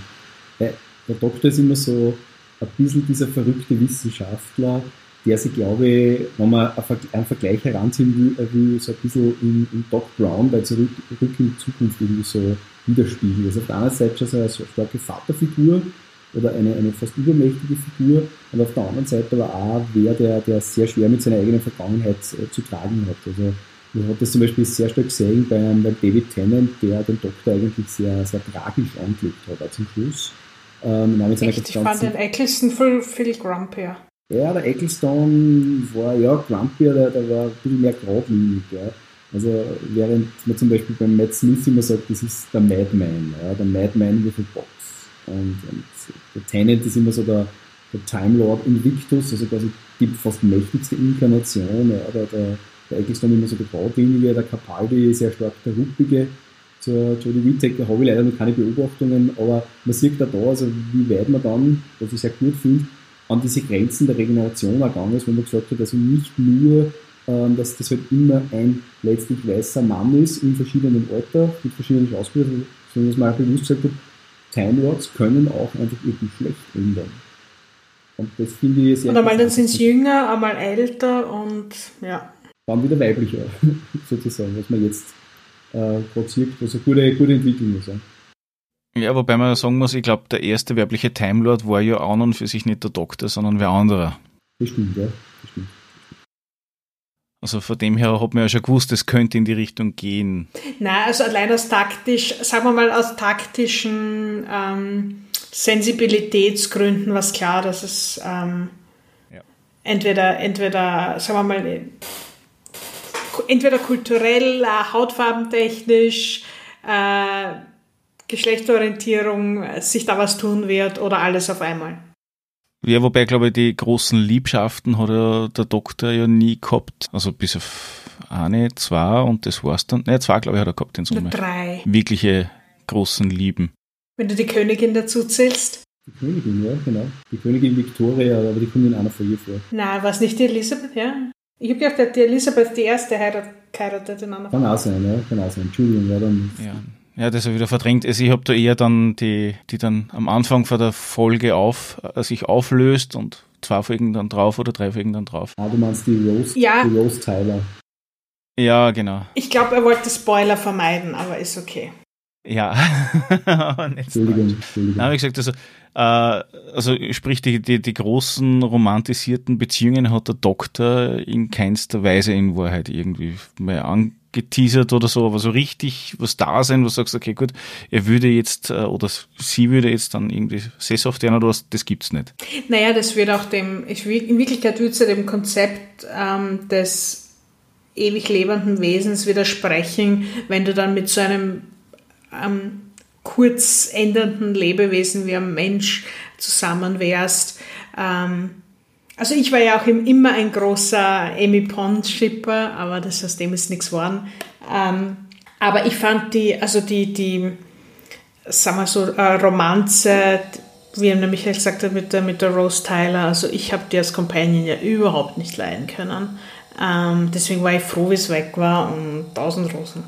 der Doktor ist immer so ein bisschen dieser verrückte Wissenschaftler, der sich, glaube ich, wenn man einen Vergleich heranziehen will, will so ein bisschen in, in Doc Brown bei Zurück, Zurück in die Zukunft irgendwie so widerspiegelt. Also auf der einen Seite schon so eine starke Vaterfigur oder eine, eine fast übermächtige Figur und auf der anderen Seite aber auch wer, der, der sehr schwer mit seiner eigenen Vergangenheit äh, zu tragen hat. Also man hat das zum Beispiel sehr stark gesehen beim, beim David Tennant, der den Doktor eigentlich sehr, sehr tragisch angelegt hat, auch zum Schluss. Ähm, Echt? Ich fand den Eccleston viel, viel grumpier. Ja, der Ecclestone war, ja, grumpier, der, der war ein bisschen mehr geradlinig, ja. Also, während man zum Beispiel beim Matt Smith immer sagt, das ist der Madman, ja, der Madman with a Box. Und, und der Tennant ist immer so der, der Time Lord Invictus, also quasi die fast mächtigste Inkarnation, ja. Der, der, der Ecclestone immer so der Geradlinige, der Capaldi sehr stark der Ruppige. Zur Jodie Whittaker habe ich leider noch keine Beobachtungen, aber man sieht da da, also wie weit man dann, was ich sehr gut finde, an diese Grenzen der Regeneration ergangen ist, wenn man gesagt hat, also nicht nur, ähm, dass das halt immer ein letztlich weißer Mann ist, in verschiedenen Alter, mit verschiedenen Schauspielern, sondern dass man auch bewusst gesagt hat, Time Lords können auch einfach ihr Geschlecht ändern. Und das finde ich sehr Und einmal dann sind sie jünger, einmal älter und ja. Dann wieder weiblicher, sozusagen, was man jetzt äh, gerade sieht, was eine gute, gute Entwicklung ist. Ja. Ja, wobei man sagen muss, ich glaube, der erste weibliche Time Lord war ja an und für sich nicht der Doktor, sondern wer anderer. Das stimmt, ja. Das stimmt. Also von dem her hat man ja schon gewusst, es könnte in die Richtung gehen. Nein, also allein aus taktisch, sagen wir mal aus taktischen ähm, Sensibilitätsgründen war es klar, dass es ähm, ja. entweder, entweder, sagen wir mal, entweder kulturell, äh, hautfarbentechnisch, äh, Geschlechterorientierung, sich da was tun wird oder alles auf einmal. Ja, wobei, glaube ich, die großen Liebschaften hat ja der Doktor ja nie gehabt. Also bis auf eine, zwei und das war's dann. Ne, zwei, glaube ich, hat er gehabt in Summe. Drei. Wirkliche großen Lieben. Wenn du die Königin dazu zählst. Die Königin, ja, genau. Die Königin Victoria, aber die kommt in einer von ihr vor. Nein, war es nicht die Elisabeth, ja? Ich habe gedacht, die Elisabeth die erste heiratet in einer. Kann auch sein, ja, kann auch sein. Entschuldigung, ja, dann. Ja. Ja, das habe ich wieder verdrängt. Also ich habe da eher dann die, die dann am Anfang von der Folge auf, äh, sich auflöst und zwei Folgen dann drauf oder drei Folgen dann drauf. Ah, du meinst die Rose, ja. die Rose Tyler. Ja, genau. Ich glaube, er wollte Spoiler vermeiden, aber ist okay. Ja. Entschuldigung, Entschuldigung. Nein, wie gesagt, also, äh, also sprich, die, die, die großen romantisierten Beziehungen hat der Doktor in keinster Weise in Wahrheit irgendwie mehr ange geteasert oder so, aber so richtig was da sein, wo du sagst, okay, gut, er würde jetzt, oder sie würde jetzt dann irgendwie sesshaft werden oder was, das gibt's nicht. Naja, das wird auch dem, in Wirklichkeit würde es ja dem Konzept ähm, des ewig lebenden Wesens widersprechen, wenn du dann mit so einem ähm, kurz ändernden Lebewesen wie ein Mensch zusammen wärst. Ähm, also ich war ja auch immer ein großer Amy Pond-Shipper, aber das, aus dem ist nichts geworden. Ähm, aber ich fand die, also die, die, sagen wir so, äh, Romanze, wie er nämlich gesagt hat, mit der, mit der Rose Tyler, also ich habe die als Companion ja überhaupt nicht leiden können. Ähm, deswegen war ich froh, wie es weg war und tausend Rosen.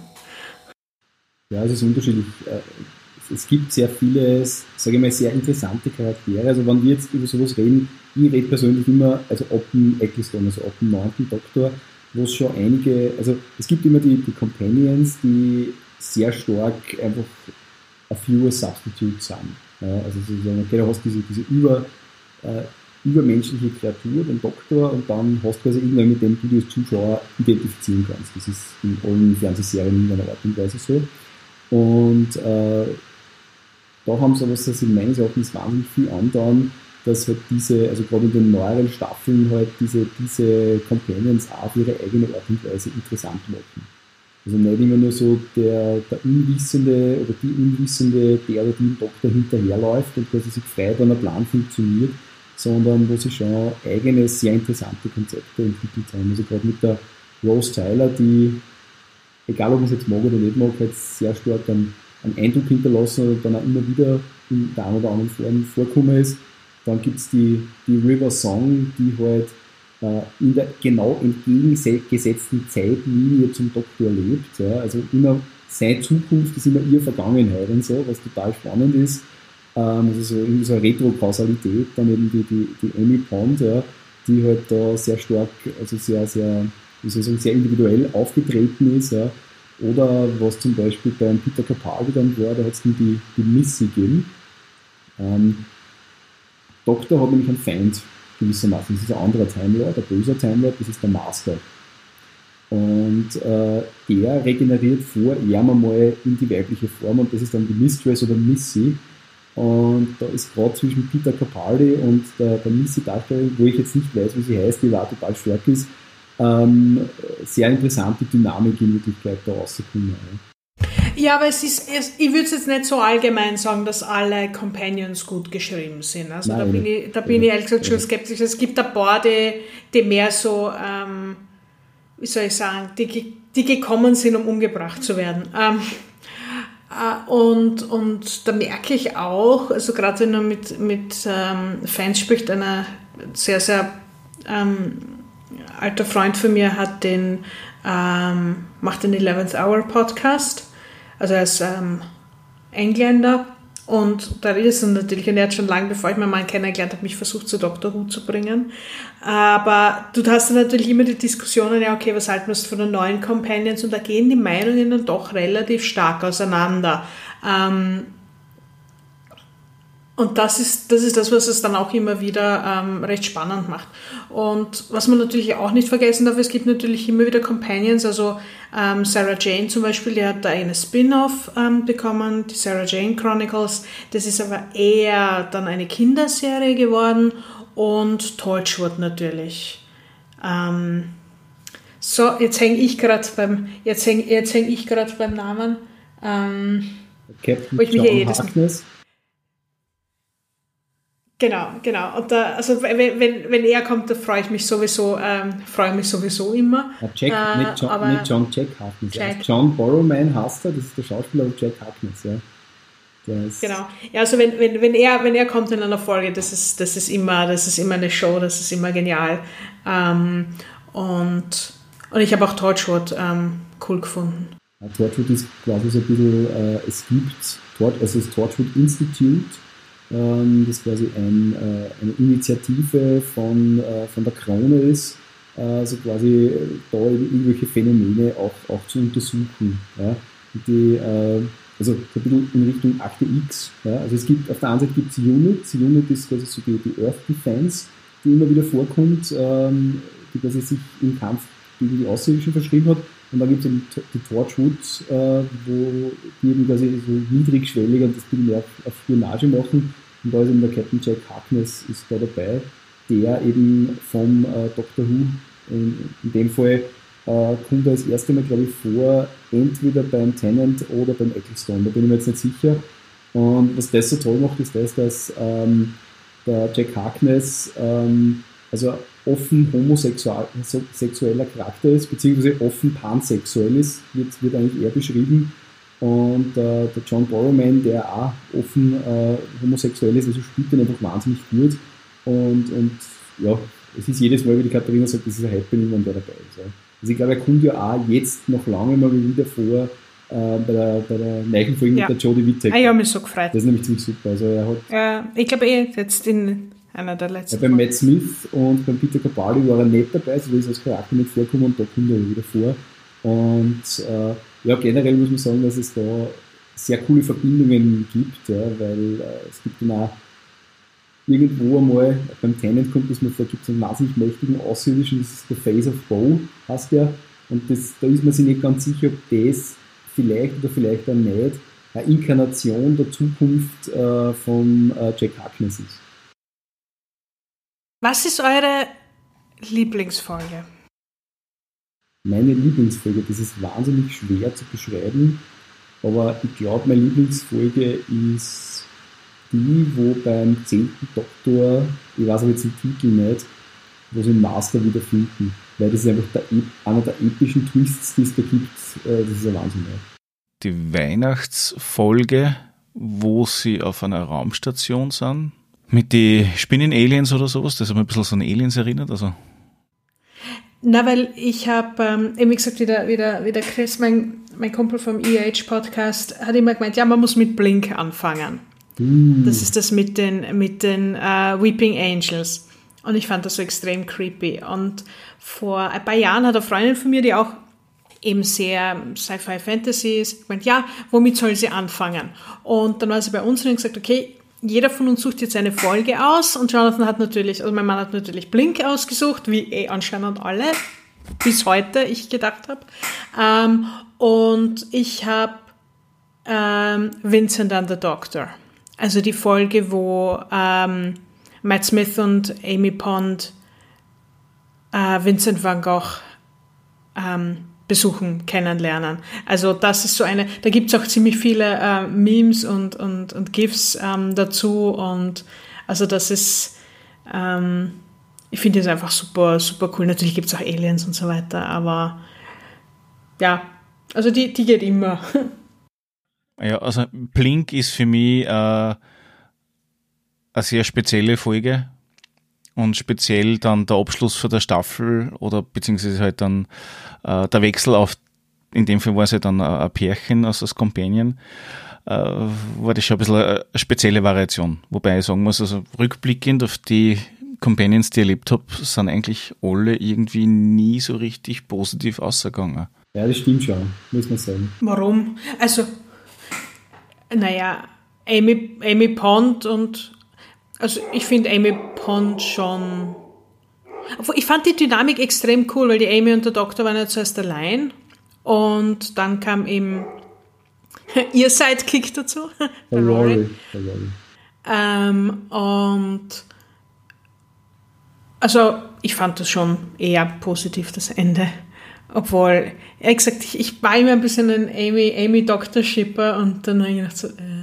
Ja, es ist unterschiedlich. Es gibt sehr viele, sage ich mal, sehr interessante Charaktere. Also wenn wir jetzt über sowas reden, ich rede persönlich immer, also ab dem Eccleston, also ab dem neunten Doktor, wo es schon einige, also es gibt immer die, die Companions, die sehr stark einfach a fewer Substitute sind. Ja, also sozusagen, okay, du hast diese, diese über, äh, übermenschliche Kreatur, den Doktor, und dann hast du quasi irgendwann, mit dem du dich als Zuschauer identifizieren kannst. Das ist in allen Fernsehserien in einer Art und Weise so. Und äh, da haben sie aber, was sie meines Erachtens wahnsinnig viel andauern, dass halt diese, also gerade in den neueren Staffeln halt diese, diese Companions auch auf ihre eigene Art und Weise interessant machen. Also nicht immer nur so der, der Unwissende oder die Unwissende, der oder die im Doktor hinterherläuft und quasi sich frei, wenn ein Plan funktioniert, sondern wo sie schon eigene, sehr interessante Konzepte entwickelt haben. Also gerade mit der Rose Tyler, die, egal ob man es jetzt mag oder nicht mag, halt sehr stark einen, einen Eindruck hinterlassen oder dann auch immer wieder in der einen oder anderen Form vorkommen ist. Dann gibt es die, die River Song, die halt äh, in der genau entgegengesetzten Zeitlinie zum Doktor lebt. Ja. Also immer seine Zukunft ist immer ihre Vergangenheit und so, was total spannend ist. Ähm, also so, irgendwie so eine Retro-Kausalität. Dann eben die, die, die Amy Pond, ja, die halt da sehr stark, also sehr, sehr, wie soll ich sagen, sehr individuell aufgetreten ist. Ja. Oder was zum Beispiel beim Peter Capaldi dann war, da hat es dann die, die Missy gegeben. Ähm, Doktor hat nämlich einen Feind gewissermaßen. Das ist ein anderer Time Lord, ein böser Time Lord, das ist der Master. Und äh, der regeneriert vor ihm einmal in die weibliche Form und das ist dann die Mistress oder Missy. Und da ist gerade zwischen Peter Capaldi und der, der Missy-Darstellerin, wo ich jetzt nicht weiß, wie sie heißt, die war total stark ist, ähm, sehr interessante Dynamik in Wirklichkeit da rauszukommen. Ja. Ja, aber es ist, ich würde jetzt nicht so allgemein sagen, dass alle Companions gut geschrieben sind. Also Nein, da bin ich, da bin ich ehrlich gesagt schon skeptisch. Es gibt ein paar, die, die mehr so, ähm, wie soll ich sagen, die, die gekommen sind, um umgebracht zu werden. Ähm, äh, und, und da merke ich auch, also gerade wenn man mit, mit ähm, Fans spricht, einer sehr, sehr ähm, alter Freund von mir hat den, ähm, macht den eleventh Hour Podcast. Also er ist ähm, Engländer und da ist er natürlich, und er hat schon lange, bevor ich meinen Mann kennengelernt habe, mich versucht, zu Doctor Who zu bringen. Aber du hast dann natürlich immer die Diskussionen, ja okay, was halten wir von den neuen Companions, und da gehen die Meinungen dann doch relativ stark auseinander. Ähm, Und das ist, das ist das, was es dann auch immer wieder ähm, recht spannend macht. Und was man natürlich auch nicht vergessen darf, es gibt natürlich immer wieder Companions, also ähm, Sarah Jane zum Beispiel, die hat da eine Spin-off ähm, bekommen, die Sarah Jane Chronicles. Das ist aber eher dann eine Kinderserie geworden, und Torchwood natürlich. Ähm, so, jetzt hänge ich gerade beim, jetzt häng, jetzt häng ich gerade beim Namen. Ähm, Captain John Harkness. Genau, genau. Und da, also wenn, wenn, wenn er kommt, da freue ich mich sowieso, ähm, freue mich sowieso immer. Ja, Jack, äh, nicht, John, aber nicht John Jack Harkness. Jack. Also John Borrowman heißt er, das ist der Schauspieler, und Jack Harkness, ja. Der ist genau. Ja, also wenn, wenn, wenn er, wenn er kommt in einer Folge, das ist, das ist immer, das ist immer eine Show, das ist immer genial. Ähm, und, und ich habe auch Torchwood ähm, cool gefunden. Ja, Torchwood ist quasi so ein bisschen, äh, es gibt, Tort, also das Torchwood Institute, das quasi ein, äh, eine Initiative von, äh, von der Krone ist, äh, also quasi da irgendwelche Phänomene auch, auch zu untersuchen. Ja? Und die, äh, also so ein bisschen in Richtung Akte X. Ja? Also es gibt, auf der einen Seite gibt es Unit, Unit ist quasi so die, die Earth Defense, die immer wieder vorkommt, ähm, die quasi sich im Kampf gegen die Außerirdischen verschrieben hat. Und dann gibt es eben die Torchwood, äh, wo die eben quasi so niedrigschwellig und das bisschen mehr auf Spionage machen. Und da ist eben der Captain Jack Harkness ist da dabei, der eben vom äh, Doctor Who, in, in dem Fall äh, kommt er das erste Mal, glaube ich, vor, entweder beim Tennant oder beim Ecclestone, da bin ich mir jetzt nicht sicher. Und was das so toll macht, ist das, dass ähm, der Jack Harkness ähm, also offen homosexueller Charakter ist, beziehungsweise offen pansexuell ist, wird, wird eigentlich eher beschrieben. Und äh, der John Borrowman, der auch offen äh, homosexuell ist, also spielt den einfach wahnsinnig gut. Und, und ja, es ist jedes Mal, wie die Katharina sagt, das ist ein Happening, wenn der dabei ist. Ja. Also ich glaube, er kommt ja auch jetzt noch lange mal wieder vor äh, bei der, bei der neuen Folge ja. mit der Jodie Whittaker. Ah, ich habe mich so gefreut. Das ist nämlich ziemlich super. Also er hat, äh, ich glaube, eh jetzt in einer der letzten. Ja, beim Matt Smith und beim Peter Capaldi war er nicht dabei, also da ist als Charakter nicht vorgekommen und da kommt er wieder vor. Und äh, ja, generell muss man sagen, dass es da sehr coole Verbindungen gibt, ja, weil äh, es gibt dann auch irgendwo einmal, beim Tennant kommt das mal vor, gibt es einen wahnsinnig mächtigen Außerirdischen, das ist der Face of Bo, heißt der. Und das, da ist man sich nicht ganz sicher, ob das vielleicht oder vielleicht auch nicht eine Inkarnation der Zukunft äh, von äh, Jack Harkness ist. Was ist eure Lieblingsfolge? Meine Lieblingsfolge, das ist wahnsinnig schwer zu beschreiben, aber ich glaube, meine Lieblingsfolge ist die, wo beim zehnten Doktor, ich weiß aber jetzt den Titel nicht, wo sie den Master wiederfinden, weil das ist einfach der, einer der epischen Twists, die es da gibt, das ist ein Wahnsinn. Die Weihnachtsfolge, wo sie auf einer Raumstation sind, mit den Spinnen-Aliens oder sowas, das hat mich ein bisschen so an Aliens erinnert, also. Na, weil ich habe, ähm, wie gesagt, wie der, wie der, wie der Chris, mein, mein Kumpel vom E H Podcast, hat immer gemeint, ja, man muss mit Blink anfangen. Mm. Das ist das mit den, mit den uh, Weeping Angels. Und ich fand das so extrem creepy. Und vor ein paar Jahren hat eine Freundin von mir, die auch eben sehr Sci-Fi-Fantasy ist, gemeint, ja, womit soll sie anfangen? Und dann war sie bei uns und hat gesagt, okay, jeder von uns sucht jetzt eine Folge aus und Jonathan hat natürlich, also mein Mann hat natürlich Blink ausgesucht, wie eh anscheinend alle, bis heute ich gedacht habe. Ähm, und ich habe ähm, Vincent and the Doctor. Also die Folge, wo ähm, Matt Smith und Amy Pond äh, Vincent van Gogh ähm, besuchen, kennenlernen. Also das ist so eine, da gibt es auch ziemlich viele äh, Memes und, und, und GIFs ähm, dazu und also das ist, ähm, ich finde das einfach super, super cool. Natürlich gibt es auch Aliens und so weiter, aber ja, also die, die geht immer. Ja, also Blink ist für mich äh, eine sehr spezielle Folge. Und speziell dann der Abschluss von der Staffel oder beziehungsweise halt dann äh, der Wechsel auf, in dem Fall war es ja dann ein, ein Pärchen aus das Companion, äh, war das schon ein bisschen eine spezielle Variation. Wobei ich sagen muss, also rückblickend auf die Companions, die ich erlebt habe, sind eigentlich alle irgendwie nie so richtig positiv ausgegangen. Ja, das stimmt schon, muss man sagen. Warum? Also, naja, Amy, Amy Pond und Also ich finde Amy Pond schon... Ich fand die Dynamik extrem cool, weil die Amy und der Doktor waren ja zuerst allein und dann kam eben ihr Sidekick dazu, der Rory. Rory. Ähm, und also ich fand das schon eher positiv, das Ende. Obwohl, ehrlich gesagt, ich, ich war immer ein bisschen ein Amy, Amy-Doktor-Shipper und dann habe ich gedacht so... Äh,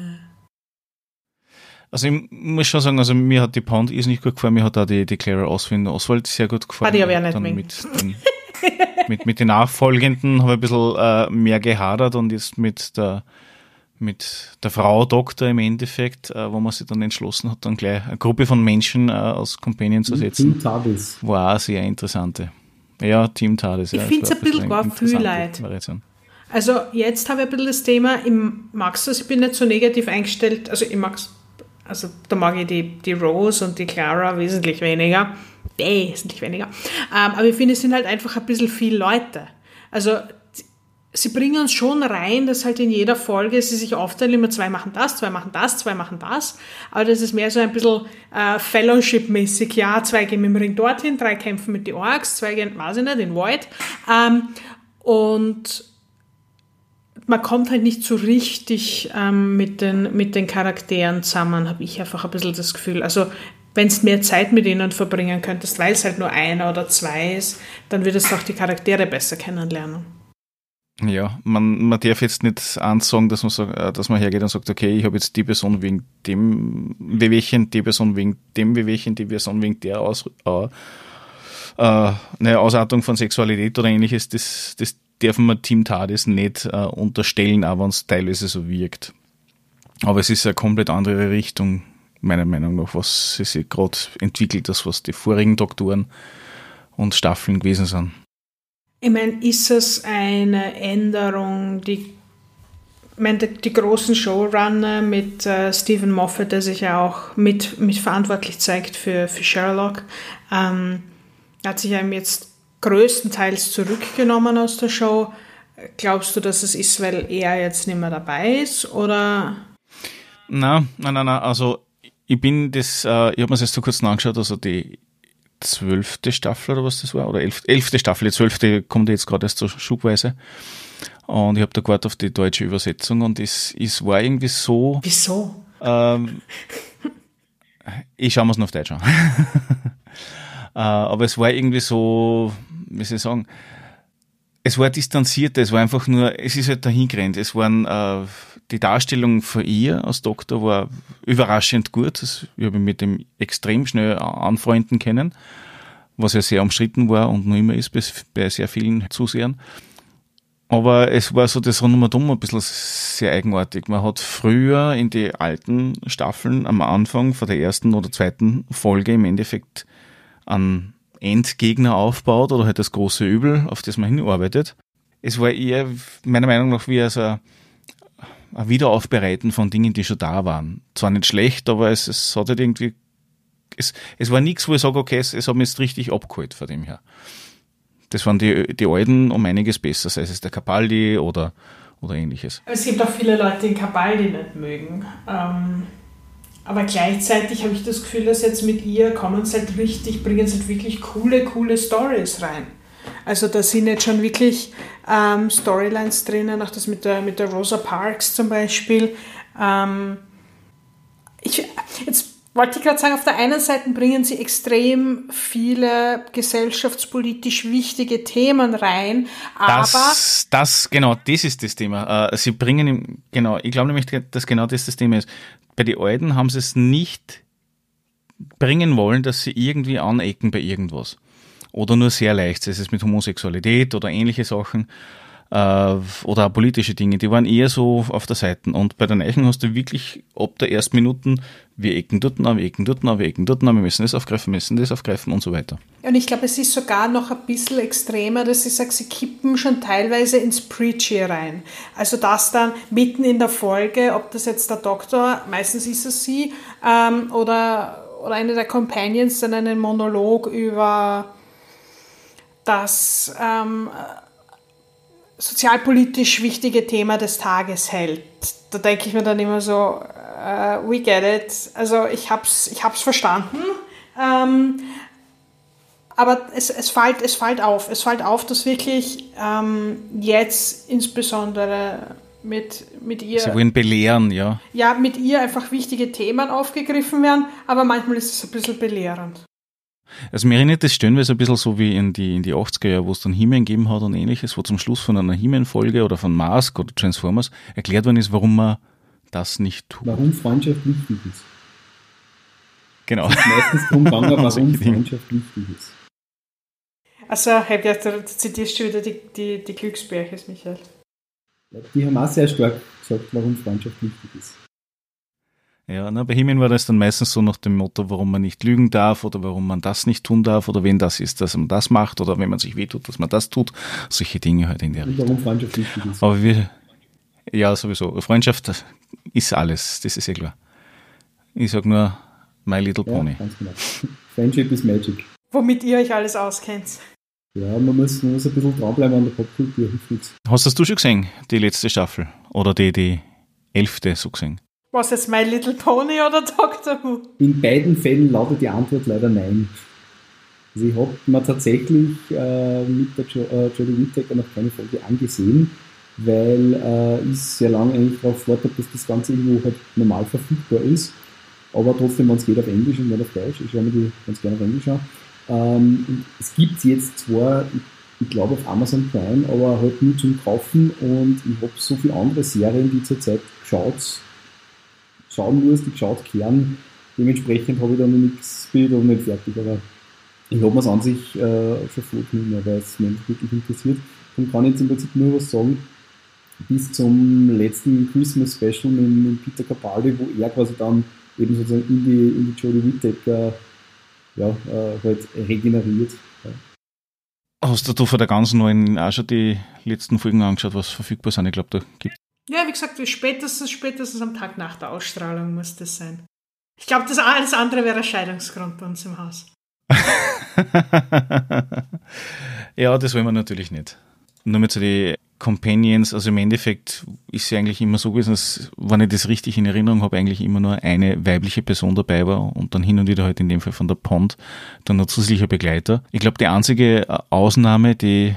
Also ich muss schon sagen, also mir hat die Pond irrsinnig gut gefallen, mir hat auch die, die Clara Oswald, Oswald sehr gut gefallen. Ah, die habe ich auch nicht mit, den, mit, mit den Nachfolgenden habe ich ein bisschen äh, mehr gehadert und jetzt mit der, mit der Frau Doktor im Endeffekt, äh, wo man sich dann entschlossen hat, dann gleich eine Gruppe von Menschen äh, aus Companion zu setzen. Team TARDIS. War auch sehr interessante. Ja, Team TARDIS. Ich ja, finde es ein bisschen gar viel leid. Variation. Also jetzt habe ich ein bisschen das Thema, ich mag es, ich bin nicht so negativ eingestellt, also ich mag es, also da mag ich die, die Rose und die Clara wesentlich weniger, wesentlich weniger, ähm, aber ich finde, es sind halt einfach ein bisschen viele Leute. Also sie bringen uns schon rein, dass halt in jeder Folge sie sich aufteilen, immer zwei machen das, zwei machen das, zwei machen das, aber das ist mehr so ein bisschen äh, Fellowship-mäßig, ja, zwei gehen mit dem Ring dorthin, drei kämpfen mit den Orks, zwei gehen, weiß ich nicht, in Void, ähm, und man kommt halt nicht so richtig ähm, mit, den, mit den Charakteren zusammen, habe ich einfach ein bisschen das Gefühl. Also wenn du mehr Zeit mit ihnen verbringen könntest, weil es halt nur einer oder zwei ist, dann würdest du auch die Charaktere besser kennenlernen. Ja, man, man darf jetzt nicht eins sagen, dass man, sagt, dass man hergeht und sagt, okay, ich habe jetzt die Person wegen dem Wehwehchen, die Person wegen dem Wehwehchen, die Person wegen der Aus, äh, äh, eine Ausartung von Sexualität oder ähnliches. Das, das dürfen wir Team TARDIS nicht äh, unterstellen, auch wenn es teilweise so wirkt. Aber es ist eine komplett andere Richtung, meiner Meinung nach, was sich gerade entwickelt, das was die vorigen Doktoren und Staffeln gewesen sind. Ich meine, ist es eine Änderung, die, ich meine, die, die großen Showrunner mit äh, Stephen Moffat, der sich ja auch mit, mit verantwortlich zeigt für, für Sherlock, ähm, hat sich einem jetzt größtenteils zurückgenommen aus der Show. Glaubst du, dass es ist, weil er jetzt nicht mehr dabei ist, oder? Nein, nein, nein, nein. Also ich bin das, äh, ich habe mir das jetzt so kurz angeschaut, also die zwölfte Staffel oder was das war, oder elf, elfte Staffel, die zwölfte kommt jetzt gerade erst so schubweise. Und ich habe da gewartet auf die deutsche Übersetzung und es, es war irgendwie so... Wieso? Ähm, ich schaue mir es noch auf Deutsch an. äh, aber es war irgendwie so, wie soll ich sagen, es war distanziert, es war einfach nur, es ist halt dahin gerannt. Es waren, äh, die Darstellung von ihr als Doktor war überraschend gut. Das, ich habe mich mit dem extrem schnell anfreunden können, was ja sehr umstritten war und noch immer ist bei, bei sehr vielen Zusehern. Aber es war so das Rundum ein bisschen sehr eigenartig. Man hat früher in die alten Staffeln am Anfang von der ersten oder zweiten Folge im Endeffekt einen Endgegner aufbaut oder halt das große Übel, auf das man hinarbeitet. Es war eher, meiner Meinung nach, wie also ein, ein Wiederaufbereiten von Dingen, die schon da waren. Zwar nicht schlecht, aber es, es hat halt irgendwie, es, es war nichts, wo ich sage, okay, es, es hat mich jetzt richtig abgeholt von dem her. Das waren die, die Alten um einiges besser, sei es der Capaldi oder, oder ähnliches. Es gibt auch viele Leute, die Capaldi nicht mögen. Ähm, aber gleichzeitig habe ich das Gefühl, dass jetzt mit ihr kommen sie halt richtig, bringen sie halt wirklich coole, coole Stories rein. Also da sind jetzt schon wirklich ähm, Storylines drinnen, auch das mit der, mit der Rosa Parks zum Beispiel. Ähm, ich, jetzt wollte ich gerade sagen, auf der einen Seite bringen sie extrem viele gesellschaftspolitisch wichtige Themen rein, aber... Das, das genau, das ist das Thema. Sie bringen, genau, ich glaube nämlich, dass genau das das Thema ist. Bei den Alten haben sie es nicht bringen wollen, dass sie irgendwie anecken bei irgendwas. Oder nur sehr leicht, sei es mit Homosexualität oder ähnliche Sachen. Oder auch politische Dinge, die waren eher so auf der Seite. Und bei den Eichen hast du wirklich ab der ersten Minuten, wir ecken dort an, wir ecken dort an, wir ecken dort an, wir müssen das aufgreifen, wir müssen das aufgreifen und so weiter. Und ich glaube, es ist sogar noch ein bisschen extremer, dass ich sage, sie kippen schon teilweise ins Preachy rein. Also das dann mitten in der Folge, ob das jetzt der Doktor, meistens ist es sie, ähm, oder, oder eine der Companions dann einen Monolog über das ähm, sozialpolitisch wichtige Thema des Tages hält. Da denke ich mir dann immer so, uh, we get it. Also ich hab's, ich hab's verstanden. Ähm, aber es, es, fällt, es fällt auf. Es fällt auf, dass wirklich ähm, jetzt insbesondere mit, mit ihr... Sie wollen belehren, ja. Ja, mit ihr einfach wichtige Themen aufgegriffen werden, aber manchmal ist es ein bisschen belehrend. Also mir erinnert das stellenweise ein bisschen so wie in die, in die achtziger Jahre, wo es dann He-Man gegeben hat und ähnliches, wo zum Schluss von einer He-Man-Folge oder von Mask oder Transformers erklärt worden ist, warum man das nicht tut. Warum Freundschaft wichtig ist. Genau. Es ist meistens darum gegangen, warum Freundschaft wichtig ist. Also, Herr Gerd, du zitierst schon wieder die, die, die Glücksbärches, Michael. Die haben auch sehr stark gesagt, warum Freundschaft wichtig ist. Ja, na, bei He-Man war das dann meistens so nach dem Motto, warum man nicht lügen darf oder warum man das nicht tun darf oder wenn das ist, dass man das macht oder wenn man sich wehtut, dass man das tut. Solche Dinge halt in der Und Richtung. warum Freundschaft wichtig ist. Aber wir, ja, sowieso. Freundschaft ist alles, das ist ja klar. Ich sag nur My Little Pony. Ja, ganz genau. Friendship is Magic. Womit ihr euch alles auskennt. Ja, man muss, man muss ein bisschen dranbleiben an der Popkultur. Hast das du schon gesehen, die letzte Staffel? Oder die, die elfte so gesehen? Was jetzt, My Little Pony oder Doctor Who? In beiden Fällen lautet die Antwort leider nein. Also ich habe mir tatsächlich äh, mit der jo äh, Jodie Whittaker noch keine Folge angesehen, weil äh, ich sehr lange eigentlich darauf gewartet habe, dass das Ganze irgendwo halt normal verfügbar ist. Aber trotzdem, wenn es geht auf Englisch und nicht auf Deutsch, ich schaue mir die ganz gerne auf Englisch an. Ähm, und es gibt jetzt zwar, ich, ich glaube auf Amazon Prime, aber halt nur zum Kaufen und ich habe so viele andere Serien, die zurzeit geschaut, schauen muss, die geschaut kehren. Dementsprechend habe ich da noch nichts, bin ich da noch nicht fertig, aber ich habe mir es an sich äh, schon vorgenommen, weil es mich wirklich interessiert. Dann kann ich jetzt im Prinzip nur was sagen, bis zum letzten Christmas Special mit, mit Peter Capaldi, wo er quasi dann eben sozusagen in die, in die Jodie Whittaker ja, äh, halt regeneriert. Ja. Hast du da von der ganz neuen auch schon die letzten Folgen angeschaut, was verfügbar sind? Ich glaube, da gibt Ja, wie gesagt, spätestens, spätestens am Tag nach der Ausstrahlung muss das sein. Ich glaube, das alles andere wäre ein Scheidungsgrund bei uns im Haus. Ja, das wollen wir natürlich nicht. Nur mit so die Companions, also im Endeffekt ist ja eigentlich immer so gewesen, dass, wenn ich das richtig in Erinnerung habe, eigentlich immer nur eine weibliche Person dabei war und dann hin und wieder halt in dem Fall von der Pond dann noch zusätzlicher Begleiter. Ich glaube, die einzige Ausnahme, die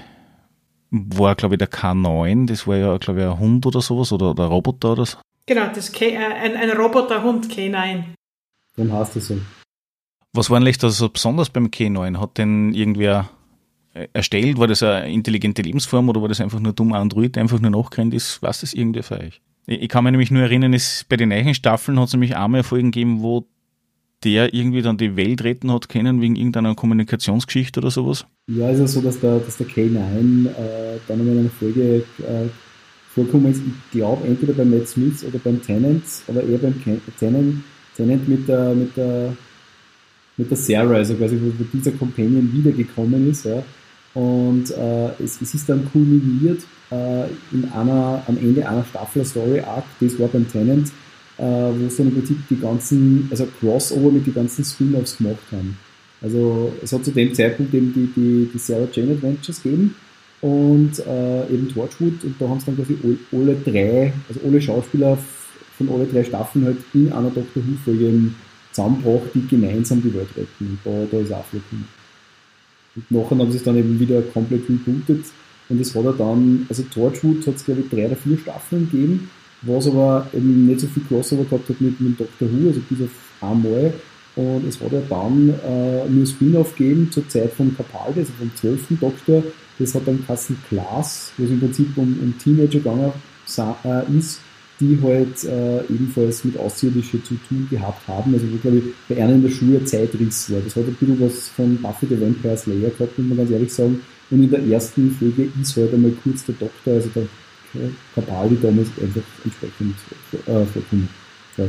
war, glaube ich, der K neun, das war ja, glaube ich, ein Hund oder sowas oder, oder ein Roboter oder so. Genau, das K, äh, ein, ein Roboterhund K neun. Dann heißt das so. Was war eigentlich da so besonders beim K neun? Hat den irgendwer erstellt? War das eine intelligente Lebensform oder war das einfach nur dumm Android, der einfach nur nachgerannt ist? Was ist irgendwie für euch? Ich kann mich nämlich nur erinnern, es, bei den neuen Staffeln hat es nämlich einmal Folgen gegeben, wo der irgendwie dann die Welt retten hat können wegen irgendeiner Kommunikationsgeschichte oder sowas? Ja, es ist so, dass der, dass der K neun äh, dann in einer Folge äh, vorkommen ist. Ich glaube, entweder beim Matt Smith oder beim Tennant, aber eher beim Tennant, Tennant mit der, mit der mit der Sarah, also quasi wo, wo dieser Companion wiedergekommen ist. Ja. Und äh, es, es ist dann kulminiert äh, in einer, am Ende einer Staffel Story Arc, das war beim Tennant, äh, wo es dann im Prinzip die ganzen, also Crossover mit den ganzen Spin-Offs gemacht haben. Also es hat zu dem Zeitpunkt eben die, die, die Sarah Jane Adventures gegeben und äh, eben Torchwood und da haben sie dann quasi alle drei, also alle Schauspieler von alle drei Staffeln halt in einer Doctor Who-Folge zusammengebracht, die gemeinsam die Welt retten. Da, da ist auch vorgekommen. Und nachher haben sie es dann eben wieder komplett rebootet und es hat er dann, also Torchwood hat es glaube ich drei oder vier Staffeln gegeben, was aber eben nicht so viel Crossover gehabt hat mit, mit Doctor Who, also bis auf einmal. Und es hat ja dann äh, nur Spin-off gegeben zur Zeit von Capaldi, also vom zwölften Doktor. Das hat dann Kassen Class, wo es im Prinzip um, um Teenager gegangen äh, ist, die halt äh, ebenfalls mit Außerirdischen zu tun gehabt haben. Also wo, glaube ich, bei einer in der Schule ein Zeitriss war. Das hat ein bisschen was von Buffy the Vampire Slayer gehabt, muss man ganz ehrlich sagen. Und in der ersten Folge ist halt einmal kurz der Doktor, also der Capaldi damals einfach entsprechend äh, vorkommen. Ja.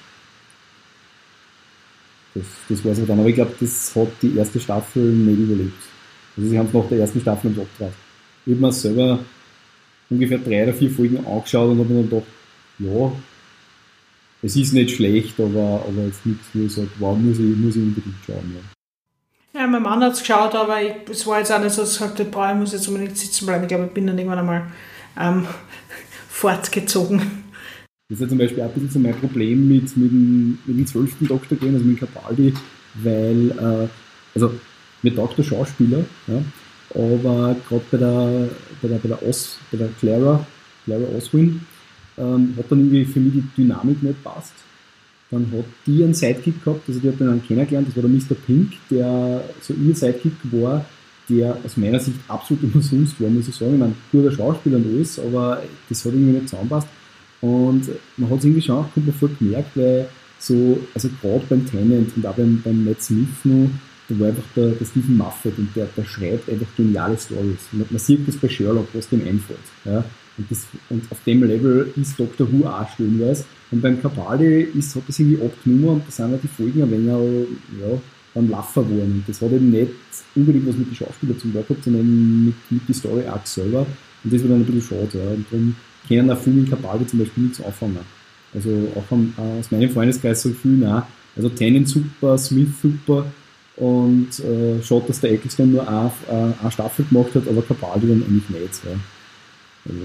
Das, das war so dann. Aber ich glaube, das hat die erste Staffel nicht überlebt. Also sie haben es nach der ersten Staffel am Abtrat. Ich habe mir selber ungefähr drei oder vier Folgen angeschaut und habe mir dann gedacht, ja, es ist nicht schlecht, aber, aber jetzt nichts, wo ich sage, wow, muss ich, muss ich unbedingt schauen. Ja, ja mein Mann hat es geschaut, aber ich, es war jetzt auch nicht so, dass ich gesagt habe, boah, ich muss jetzt unbedingt sitzen bleiben. Ich glaube, ich bin dann irgendwann einmal ähm, fortgezogen. Das ist ja zum Beispiel auch ein bisschen so mein Problem mit, mit, dem, mit dem zwölften Doktor gehen, also mit Capaldi, weil, äh, also mit Doktor Schauspieler, ja, aber gerade bei der, bei der, bei der, Os, bei der Clara, Clara Oswin, ähm, hat dann irgendwie für mich die Dynamik nicht passt. Dann hat die einen Sidekick gehabt, also die hat dann kennengelernt, das war der Mister Pink, der so ihr Sidekick war, der aus meiner Sicht absolut umsonst war, muss ich sagen. Ich meine, guter Schauspieler und alles, aber das hat irgendwie nicht zusammenpasst. Und man hat es irgendwie schon auch voll gemerkt, weil so, also gerade beim Tennant und auch beim, beim Matt Smith noch, da war einfach der, der Stephen Moffat und der, der schreibt einfach geniale Stories. Man, man sieht das bei Sherlock, was dem einfällt. Ja? Und, das, und auf dem Level ist Doctor Who auch stellenweise. Und beim Capaldi ist, hat das irgendwie abgenommen und da sind ja die Folgen ein wenig, ja, dann Laffer geworden. Und das hat eben nicht unbedingt was mit den Schauspielern zu tun gehabt, sondern eben mit, mit den Story Arcs selber. Und das war dann ein bisschen schade. Ja. Und darum können auch viele mit Capaldi zum Beispiel nichts anfangen. Also auch am, aus meinem Freundeskreis so viel, nein. Also Tennant super, Smith super und äh, schaut, dass der Eccleston nur eine, äh, eine Staffel gemacht hat, aber Capaldi dann eigentlich nicht. Ja. Also,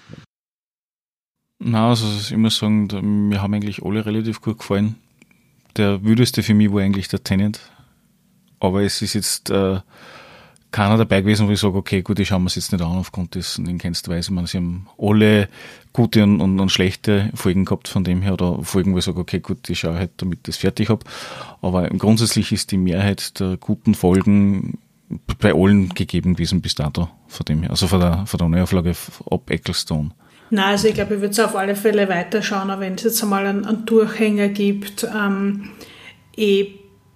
Na, also ich muss sagen, mir haben eigentlich alle relativ gut gefallen. Der wildeste für mich war eigentlich der Tennant. aber es ist jetzt äh, keiner dabei gewesen, wo ich sage, okay, gut, ich schaue mir es jetzt nicht an aufgrund dessen in keinster Weise. Ich meine, sie haben alle gute und, und, und schlechte Folgen gehabt von dem her oder Folgen, wo ich sage, okay, gut, ich schaue halt, damit ich das fertig habe. Aber grundsätzlich ist die Mehrheit der guten Folgen bei allen gegeben gewesen bis dato, von dem her, also von der, von der Neuauflage ab Ecclestone. Nein, also ich glaube, ich würde es auf alle Fälle weiterschauen, auch wenn es jetzt einmal einen, einen Durchhänger gibt. Ähm, ich,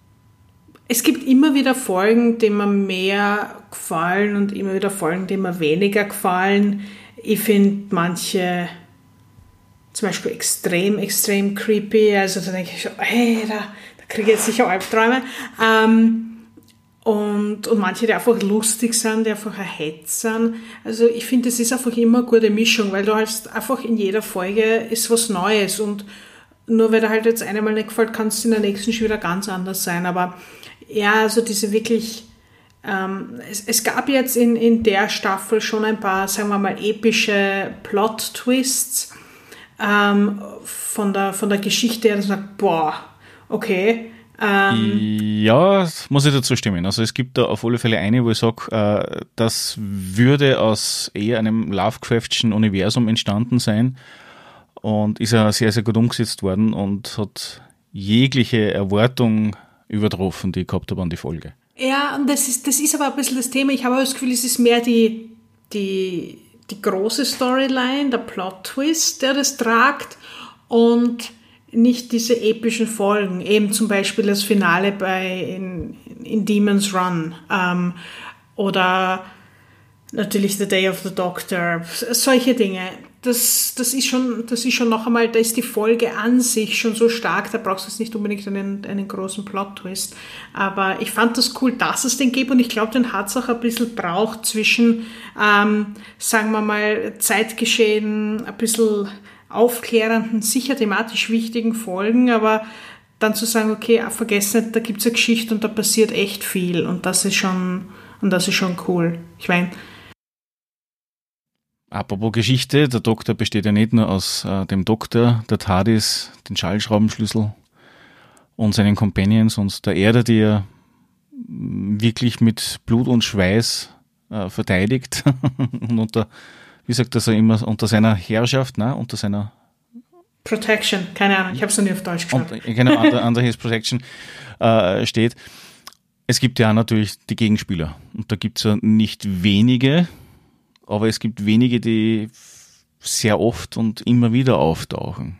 es gibt immer wieder Folgen, die mir mehr gefallen und immer wieder Folgen, die mir weniger gefallen. Ich finde manche zum Beispiel extrem, extrem creepy. Also da denke ich schon, hey, da, da kriege ich jetzt sicher Albträume. Ähm, Und, und manche, die einfach lustig sind, die einfach erhetzen. Also ich finde, es ist einfach immer eine gute Mischung, weil du hast einfach in jeder Folge ist was Neues und nur weil dir halt jetzt einmal nicht gefällt, kann es in der nächsten schon wieder ganz anders sein. Aber ja, also diese wirklich, ähm, es, es gab jetzt in, in der Staffel schon ein paar, sagen wir mal, epische Plot-Twists ähm, von der, von der Geschichte her, dass man sagt, boah, okay, Ähm, ja, muss ich dazu stimmen. Also es gibt da auf alle Fälle eine, wo ich sage, äh, das würde aus eher einem Lovecraftschen Universum entstanden sein und ist ja sehr, sehr gut umgesetzt worden und hat jegliche Erwartung übertroffen, die ich gehabt habe an die Folge. Ja, und das ist, das ist aber ein bisschen das Thema. Ich habe das Gefühl, es ist mehr die, die, die große Storyline, der Plot-Twist, der das tragt und nicht diese epischen Folgen, eben zum Beispiel das Finale bei in, in Demon's Run ähm, oder natürlich The Day of the Doctor, solche Dinge. Das, das ist schon, das ist schon noch einmal, da ist die Folge an sich schon so stark, da brauchst du jetzt nicht unbedingt einen, einen großen Plot-Twist. Aber ich fand das cool, dass es den gibt und ich glaube, den hat es auch ein bisschen braucht zwischen, ähm, sagen wir mal, Zeitgeschehen, ein bisschen aufklärenden, sicher thematisch wichtigen Folgen, aber dann zu sagen, okay, vergessen nicht, da gibt es eine Geschichte und da passiert echt viel und das ist schon, und das ist schon cool. Ich meine, apropos Geschichte, der Doktor besteht ja nicht nur aus äh, dem Doktor, der TARDIS, den Schallschraubenschlüssel und seinen Companions und der Erde, die er wirklich mit Blut und Schweiß äh, verteidigt und unter, wie sagt das er immer, unter seiner Herrschaft, ne, unter seiner Protection, keine Ahnung, ich habe es noch nie auf Deutsch geschaut. Und, genau, under, under his protection äh, steht. Es gibt ja natürlich die Gegenspieler und da gibt es ja nicht wenige, aber es gibt wenige, die sehr oft und immer wieder auftauchen.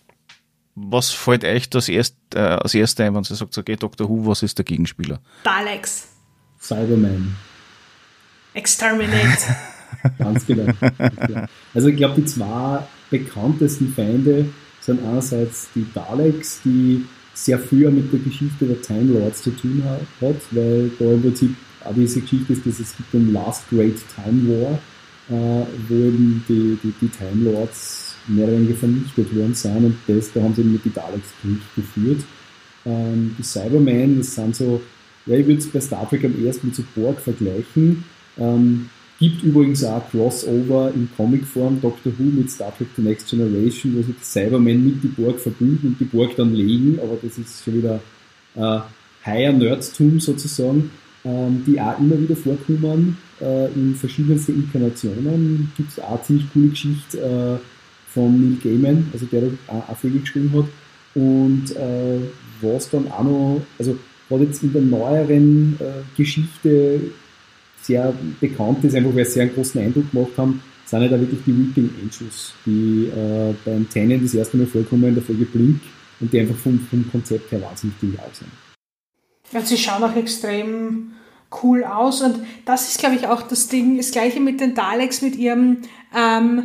Was fällt euch das erst, äh, als Erste ein, wenn Sie sagt, okay, Doktor Who, was ist der Gegenspieler? Daleks. Cyberman. Exterminate. Ganz genau. Also ich glaube, die zwei bekanntesten Feinde sind einerseits die Daleks, die sehr früh mit der Geschichte der Time Lords zu tun hat, weil da im Prinzip auch diese Geschichte ist, dass es gibt den Last Great Time War, äh, wo eben die, die, die Time Lords mehr oder weniger vernichtet worden sind und das, da haben sie eben mit die Daleks Krieg geführt. Ähm, die Cybermen, das sind so, ja, ich würde es bei Star Trek am ersten mit so Borg vergleichen. Ähm, gibt übrigens auch Crossover in Comicform, Doctor Who mit Star Trek The Next Generation, wo sich die Cybermen mit die Borg verbünden und die Borg dann legen, aber das ist schon wieder äh, higher Nerdtum sozusagen, ähm, die auch immer wieder vorkommen äh, in verschiedensten Inkarnationen. Gibt es auch eine ziemlich coole Geschichte äh, von Neil Gaiman, also der da auch eine Folge geschrieben hat. Und äh, was dann auch noch, also gerade jetzt in der neueren äh, Geschichte sehr bekannt ist, einfach weil sie sehr einen großen Eindruck gemacht haben, sind ja da wirklich die Weeping Angels, die äh, beim Tennant das erste Mal vorkommen in der Folge Blink und die einfach vom, vom Konzept her wahnsinnig genial sind. Ja, sie schauen auch extrem cool aus und das ist, glaube ich, auch das Ding, das Gleiche mit den Daleks, mit ihrem ähm,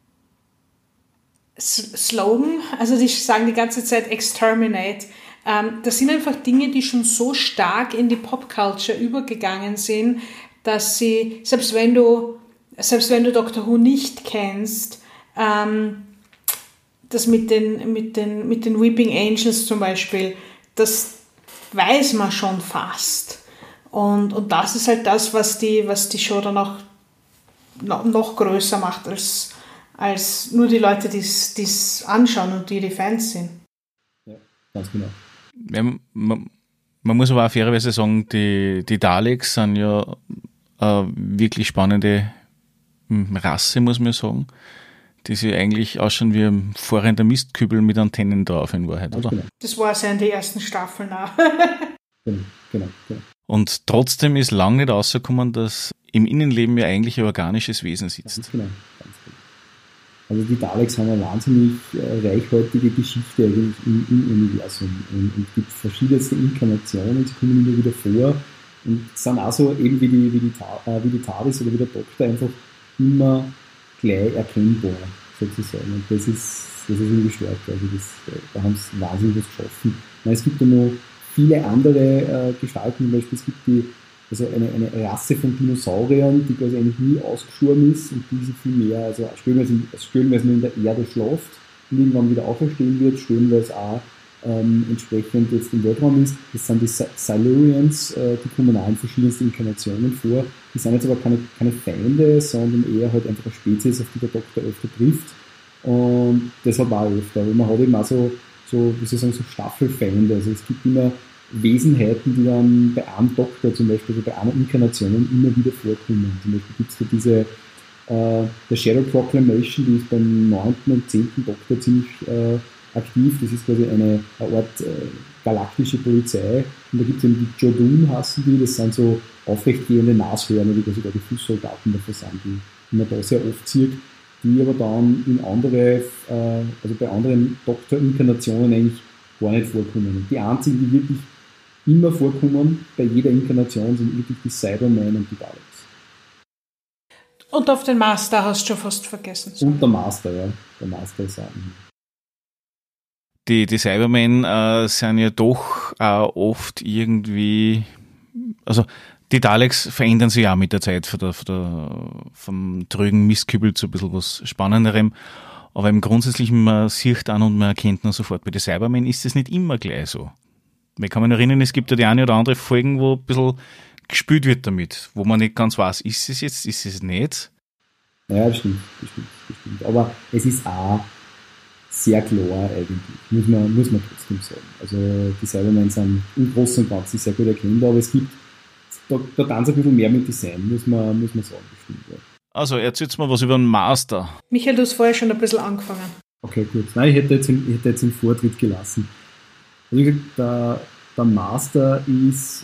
Slogan, also die sagen die ganze Zeit Exterminate. Ähm, das sind einfach Dinge, die schon so stark in die Popculture übergegangen sind, dass sie, selbst wenn du, selbst wenn du Doctor Who nicht kennst, ähm, das mit den, mit den, mit den Weeping Angels zum Beispiel, das weiß man schon fast. Und, und das ist halt das, was die, was die Show dann auch noch, noch größer macht, als, als nur die Leute, die es anschauen und die die Fans sind. Ja, ganz genau. Man, man, Man muss aber auch fairerweise sagen, die, die Daleks sind ja eine wirklich spannende Rasse, muss man sagen, die sich eigentlich ausschauen wie ein fahrender Mistkübel mit Antennen drauf in Wahrheit, oder? Genau. Das war es ja in den ersten Staffeln auch. Genau, genau, genau. Und trotzdem ist lange nicht rausgekommen, dass im Innenleben ja eigentlich ein organisches Wesen sitzt. Ganz genau, ganz genau. Also die Daleks haben eine wahnsinnig äh, reichhaltige Geschichte eigentlich im, im Universum und, und gibt verschiedenste Inkarnationen, sie kommen immer wieder vor und sind auch so eben wie die, wie die, äh, wie die TARDIS oder wie der Doktor einfach immer gleich erkennbar sozusagen. Und das ist, das ist irgendwie stark. Also das, äh, da haben sie wahnsinnig was geschaffen. Nein, es gibt ja noch viele andere äh, Gestalten, zum Beispiel es gibt die, also eine, eine Rasse von Dinosauriern, die quasi eigentlich nie ausgestorben ist und die sich viel mehr, also stellenweise, stellenweise nur in der Erde schläft und irgendwann wieder auferstehen wird, stellenweise auch ähm, entsprechend jetzt im Weltraum ist. Das sind die Silurians, äh, die kommen auch in verschiedensten Inkarnationen vor. Die sind jetzt aber keine, keine Feinde, sondern eher halt einfach eine Spezies, auf die der Doktor öfter trifft. Und deshalb auch öfter. Aber man hat eben auch so, so, wie soll ich sagen, so Staffelfeinde. Also es gibt immer Wesenheiten, die dann bei einem Doktor zum Beispiel, also bei einer Inkarnation immer wieder vorkommen. Zum Beispiel gibt es da diese, äh, der Shadow Proclamation, die ist beim neunten und zehnten Doktor ziemlich äh, aktiv. Das ist quasi eine, eine Art äh, galaktische Polizei. Und da gibt es eben die Jodun, heißen die, das sind so aufrechtgehende Nashörner, die quasi da die Fußsoldaten dafür sind, die, die man da sehr oft sieht, die aber dann in andere, äh, also bei anderen Doktor-Inkarnationen eigentlich gar nicht vorkommen. Und die einzigen, die wirklich immer vorkommen, bei jeder Inkarnation, sind wirklich die Cybermen und die Daleks. Und auf den Master hast du schon fast vergessen. Und der Master, ja. Der Master ist auch. Die, die Cybermen äh, sind ja doch auch oft irgendwie, also die Daleks verändern sich auch mit der Zeit von der, von der, vom trögen Mistkübel zu ein bisschen was Spannenderem. Aber im Grundsätzlichen, man sieht an und man erkennt ihn sofort. Bei den Cybermen ist es nicht immer gleich so. Ich kann mich erinnern, es gibt ja die eine oder andere Folgen, wo ein bisschen gespielt wird damit, wo man nicht ganz weiß, ist es jetzt, ist es nicht. Ja, das stimmt, das stimmt, das stimmt. Aber es ist auch sehr klar eigentlich, muss man, muss man trotzdem sagen. Also die Cybermen sind im Großen und Ganzen sehr gut erkennbar, aber es gibt, da, da tanzt ein bisschen mehr mit Design, muss man, muss man sagen, bestimmt. Ja. Also erzähl's mir was über den Master. Michael, du hast vorher schon ein bisschen angefangen. Okay, gut. Nein, ich hätte jetzt, ich hätte jetzt den Vortritt gelassen. Also wie gesagt, der, der Master ist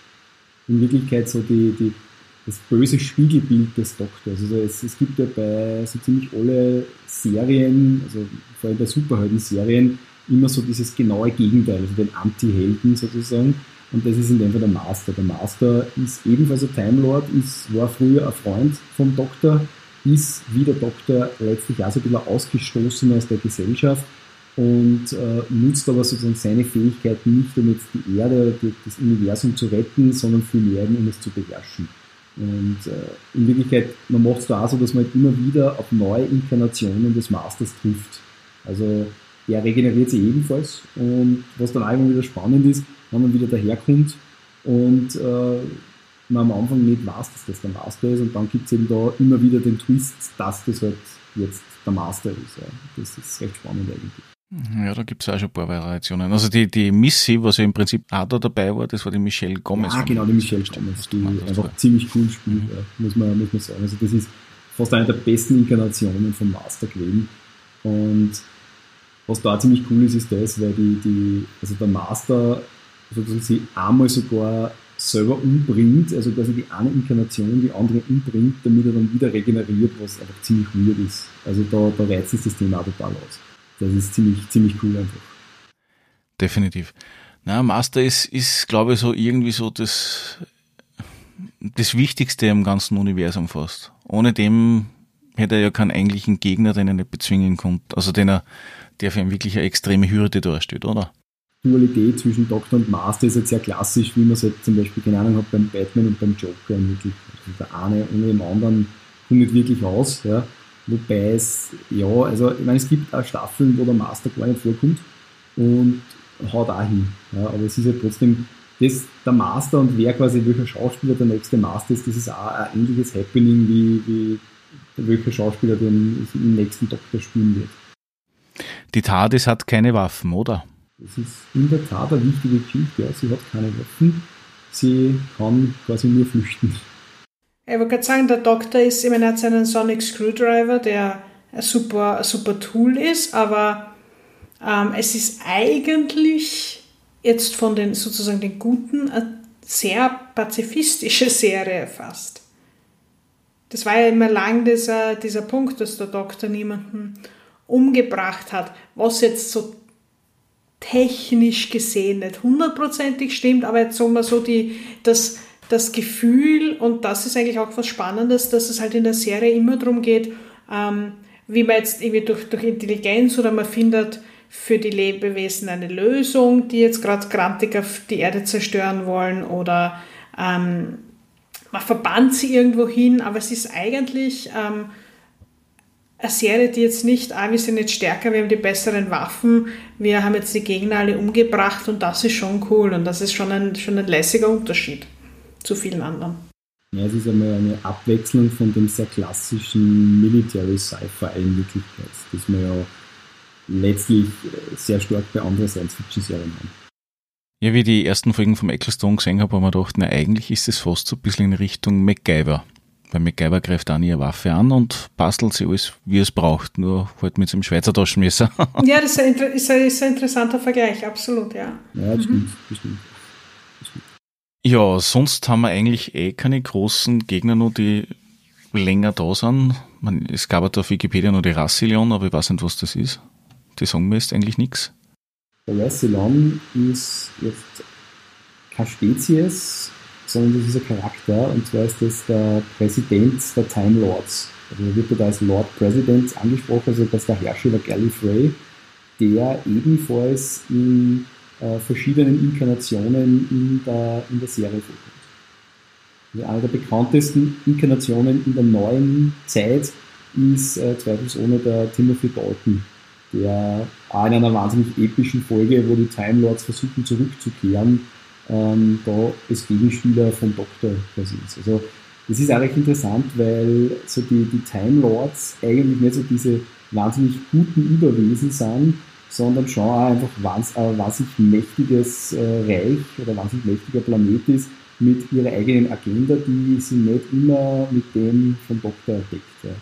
in Wirklichkeit so die, die, das böse Spiegelbild des Doktors. Also es, es gibt ja bei so ziemlich alle Serien, also vor allem bei Superhelden-Serien, immer so dieses genaue Gegenteil, also den Anti-Helden sozusagen. Und das ist in dem Fall der Master. Der Master ist ebenfalls ein Time Lord, ist, war früher ein Freund vom Doktor, ist wie der Doktor letztlich auch so ein bisschen ausgestoßen aus der Gesellschaft und äh, nutzt aber sozusagen seine Fähigkeiten nicht, um jetzt die Erde, die, das Universum zu retten, sondern vielmehr, um es zu beherrschen. Und äh, in Wirklichkeit, man macht es da auch so, dass man halt immer wieder auf neue Inkarnationen des Masters trifft. Also der regeneriert sich ebenfalls und was dann auch immer wieder spannend ist, wenn man wieder daherkommt und äh, man am Anfang nicht weiß, dass das der Master ist und dann gibt es eben da immer wieder den Twist, dass das halt jetzt der Master ist. Ja. Das ist recht spannend eigentlich. Ja, da gibt es auch schon ein paar Variationen. Also die, die Missy, was ja im Prinzip auch da dabei war, das war die Michelle Gomez. Ah, genau, die Michelle Gomez, die einfach war. ziemlich cool spielt, mhm. ja, muss, man, muss man sagen. Also das ist fast eine der besten Inkarnationen vom Master gewesen. Und was da ziemlich cool ist, ist das, weil die, die also der Master sozusagen sie einmal sogar selber umbringt, also quasi die eine Inkarnation die andere umbringt, damit er dann wieder regeneriert, was einfach ziemlich weird ist. Also da, da reizt sich das Thema auch total aus. Das ist ziemlich, ziemlich cool einfach. Definitiv. Na, Master ist, ist, glaube ich, so irgendwie so das, das Wichtigste im ganzen Universum fast. Ohne dem hätte er ja keinen eigentlichen Gegner, den er nicht bezwingen konnte. Also den er, der für ihn wirklich eine extreme Hürde darstellt, oder? Dualität zwischen Doktor und Master ist jetzt sehr klassisch, wie man es halt zum Beispiel, keine Ahnung, hat beim Batman und beim Joker wirklich. Also der eine ohne den anderen kommt nicht wirklich aus, ja. Wobei es, ja, also ich meine, es gibt auch Staffeln, wo der Master gar nicht vorkommt und haut auch hin. Ja, aber es ist ja trotzdem, das, der Master und wer quasi welcher Schauspieler der nächste Master ist, das ist auch ein ähnliches Happening, wie, wie welcher Schauspieler den im nächsten Doktor spielen wird. Die TARDIS hat keine Waffen, oder? Das ist in der Tat eine wichtige Geschichte. Ja. Sie hat keine Waffen, sie kann quasi nur flüchten. Ich wollte gerade sagen, der Doktor ist, ich meine, er hat seinen Sonic Screwdriver, der ein super, ein super Tool ist, aber ähm, es ist eigentlich jetzt von den sozusagen den Guten eine sehr pazifistische Serie fast. Das war ja immer lang dieser, dieser Punkt, dass der Doktor niemanden umgebracht hat, was jetzt so technisch gesehen nicht hundertprozentig stimmt, aber jetzt sagen wir so die, das, das Gefühl, und das ist eigentlich auch was Spannendes, dass es halt in der Serie immer darum geht, ähm, wie man jetzt irgendwie durch, durch Intelligenz oder man findet für die Lebewesen eine Lösung, die jetzt gerade grantig auf die Erde zerstören wollen, oder ähm, man verbannt sie irgendwo hin, aber es ist eigentlich ähm, eine Serie, die jetzt nicht, ah, wir sind jetzt stärker, wir haben die besseren Waffen, wir haben jetzt die Gegner alle umgebracht, und das ist schon cool und das ist schon ein, schon ein lässiger Unterschied zu vielen anderen. Ja, es ist einmal eine Abwechslung von dem sehr klassischen Military Sci-Fi in Wirklichkeit, das man ja letztlich sehr stark bei anderen Science-Fiction-Serien haben. Ja, wie ich die ersten Folgen vom Ecclestone gesehen habe, habe ich mir gedacht, na, eigentlich ist es fast so ein bisschen in Richtung MacGyver. Weil MacGyver greift auch nie eine Waffe an und bastelt sie alles, wie es braucht, nur halt mit so einem Schweizer Taschenmesser. Ja, das ist ein, ist ein, ist ein interessanter Vergleich, absolut, ja. Ja, das stimmt, das stimmt. Das stimmt. Ja, sonst haben wir eigentlich eh keine großen Gegner noch, die länger da sind. Man, es gab halt auf Wikipedia noch die Rassilon, aber ich weiß nicht, was das ist. Die sagen mir jetzt eigentlich nichts. Der Rassilon ist jetzt keine Spezies, sondern das ist ein Charakter, und zwar ist das der Präsident der Time Lords. Also er wird da als Lord President angesprochen, also das ist der Herrscher der Gallifrey, der ebenfalls in äh, verschiedenen Inkarnationen in der, in der Serie vorkommt. Also eine der bekanntesten Inkarnationen in der neuen Zeit ist äh, zweifelsohne der Timothy Dalton, der auch in einer wahnsinnig epischen Folge, wo die Time Lords versuchen zurückzukehren, ähm, da als Gegenspieler vom Doktor quasi ist. Also das ist auch recht interessant, weil so die, die Time Lords eigentlich nicht so diese wahnsinnig guten Überwesen sind, sondern schon auch einfach wahnsinnig, ein wahnsinnig mächtiges äh, Reich oder wahnsinnig mächtiger Planet ist mit ihrer eigenen Agenda, die sie nicht immer mit dem vom Doktor deckt. Ja.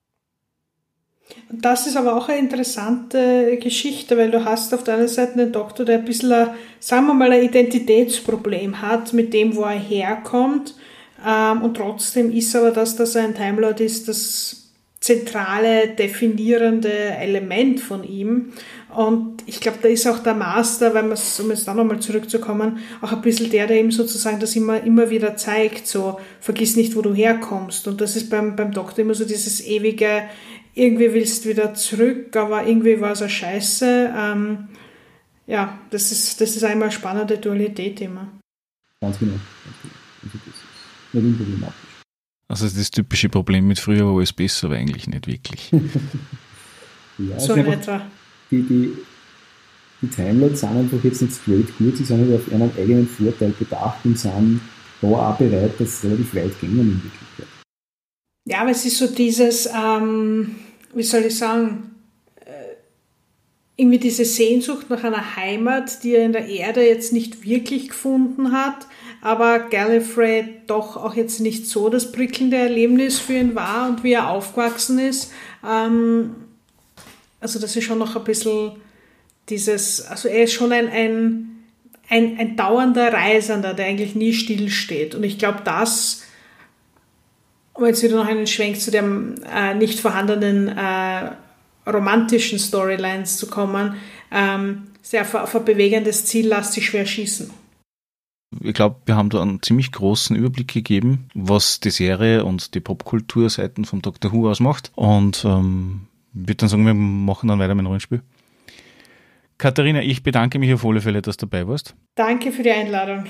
Das ist aber auch eine interessante Geschichte, weil du hast auf der einen Seite einen Doktor, der ein bisschen, ein, sagen wir mal, ein Identitätsproblem hat mit dem, wo er herkommt, ähm, und trotzdem ist aber das, dass er ein Time Lord ist, das zentrale, definierende Element von ihm. Und ich glaube, da ist auch der Master, weil man, um jetzt da nochmal zurückzukommen, auch ein bisschen der, der ihm sozusagen das immer, immer wieder zeigt, so, vergiss nicht, wo du herkommst. Und das ist beim, beim Doktor immer so dieses ewige, irgendwie willst du wieder zurück, aber irgendwie war es eine Scheiße. Ähm, ja, das ist, das ist einmal eine spannende Dualität immer. Ganz genau. Ganz genau. Also das ist nicht unproblematisch. Also das typische Problem mit früher war alles besser, aber eigentlich nicht wirklich. Ja, so in etwa. Die, die, die Time Lords sind einfach jetzt nicht straight gut, sie sind halt auf ihren eigenen Vorteil bedacht und sind da auch bereit, das relativ weit gehen in Wirklichkeit. Ja, aber es ist so dieses, ähm, wie soll ich sagen, äh, irgendwie diese Sehnsucht nach einer Heimat, die er in der Erde jetzt nicht wirklich gefunden hat, aber Gallifrey doch auch jetzt nicht so das prickelnde Erlebnis für ihn war und wie er aufgewachsen ist. Ähm, also das ist schon noch ein bisschen dieses, also er ist schon ein, ein, ein, ein dauernder Reisender, der eigentlich nie stillsteht. Und ich glaube, das, um jetzt wieder noch einen Schwenk zu den äh, nicht vorhandenen äh, romantischen Storylines zu kommen, ähm, sehr auf, auf ein bewegendes Ziel lässt sich schwer schießen. Ich glaube, wir haben da einen ziemlich großen Überblick gegeben, was die Serie und die Popkulturseiten von Doctor Who ausmacht. Und ähm, ich würde dann sagen, wir machen dann weiter mit dem Rollenspiel. Katharina, ich bedanke mich auf alle Fälle, dass du dabei warst. Danke für die Einladung.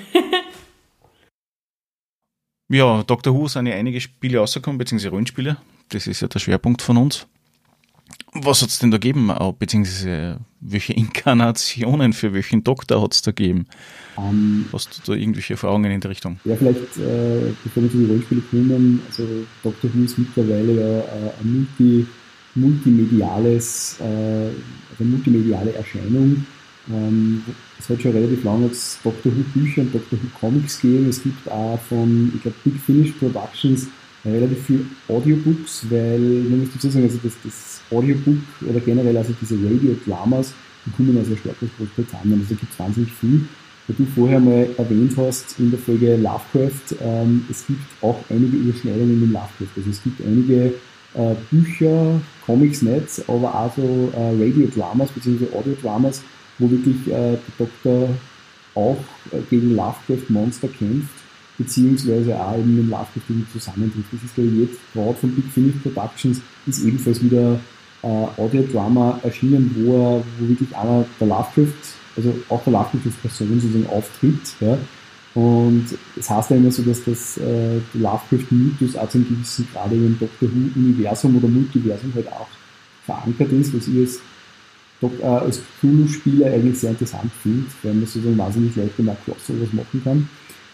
Ja, Doctor Who sind ja einige Spiele rausgekommen, beziehungsweise Rollenspiele. Das ist ja der Schwerpunkt von uns. Was hat es denn da gegeben? Beziehungsweise welche Inkarnationen für welchen Doktor hat es da gegeben? Um, Hast du da irgendwelche Erfahrungen in der Richtung? Ja, vielleicht, äh, bevor wir zu den Rollenspielen kommen, also Doctor Who ist mittlerweile ja äh, ein Multi, multimediales, äh, also multimediale Erscheinung. Ähm, es hat schon relativ lange jetzt Doctor Who Bücher und Doctor Who Comics gegeben. Es gibt auch von, ich glaube, Big Finish Productions relativ viel Audiobooks, weil, man muss dazu sagen, also das, das Audiobook oder generell also diese Radio-Dramas, die kommen also stark aus Großbritannien, also da gibt es wahnsinnig viel. Wie du vorher mal erwähnt hast in der Folge Lovecraft, ähm, es gibt auch einige Überschneidungen mit Lovecraft. Also es gibt einige äh, Bücher, Comics nicht, aber auch so äh, Radio-Dramas bzw. Audio-Dramas, wo wirklich äh, der Doktor auch äh, gegen Lovecraft-Monster kämpft, beziehungsweise auch eben mit Lovecraft zusammentrifft. Das ist, glaube ich, jetzt gerade von Big Finish Productions ist ebenfalls wieder äh, Audio-Drama erschienen, wo, er, wo wirklich einer der Lovecraft, also auch der Lovecraft-Person sozusagen auftritt. Ja. Und es heißt ja immer so, dass das äh, der Lovecraft-Mythos auch zu einem gewissen Grad im Doctor Who-Universum oder Multiversum halt auch verankert ist, was ich als Äh, als Cthulhu-Spieler eigentlich sehr interessant finde, weil man sozusagen wahnsinnig leicht mit Crossover machen kann.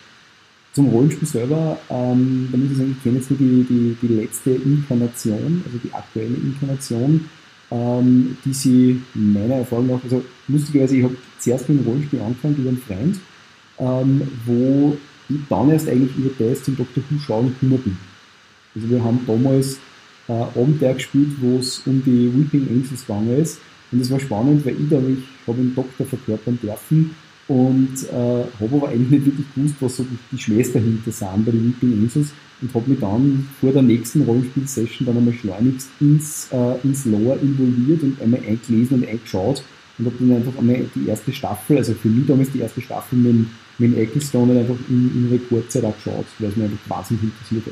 Zum Rollenspiel selber, ähm, da muss ich sagen, ich kenne jetzt nur die, die, die letzte Inkarnation, also die aktuelle Inkarnation, ähm, die sie meiner Erfahrung nach, also lustigerweise, ich habe zuerst mit dem Rollenspiel angefangen über einen Freund, ähm, wo ich dann erst eigentlich über das zum Doctor Who schauen gekommen bin. Also wir haben damals äh, Abenteuer gespielt, wo es um die Weeping Angels gegangen ist. Und das war spannend, weil ich da mich, habe einen Doktor verkörpern dürfen und äh, habe aber eigentlich nicht wirklich gewusst, was so die Schmähs dahinter sind bei den Weeping Angels und habe mich dann vor der nächsten Rollenspiel-Session dann einmal schleunigst ins, äh, ins Lore involviert und einmal eingelesen und eingeschaut und habe dann einfach einmal die erste Staffel, also für mich damals die erste Staffel mit, mit Ecclestone einfach in, in Rekordzeit auch geschaut, weil es mich einfach wahnsinnig interessiert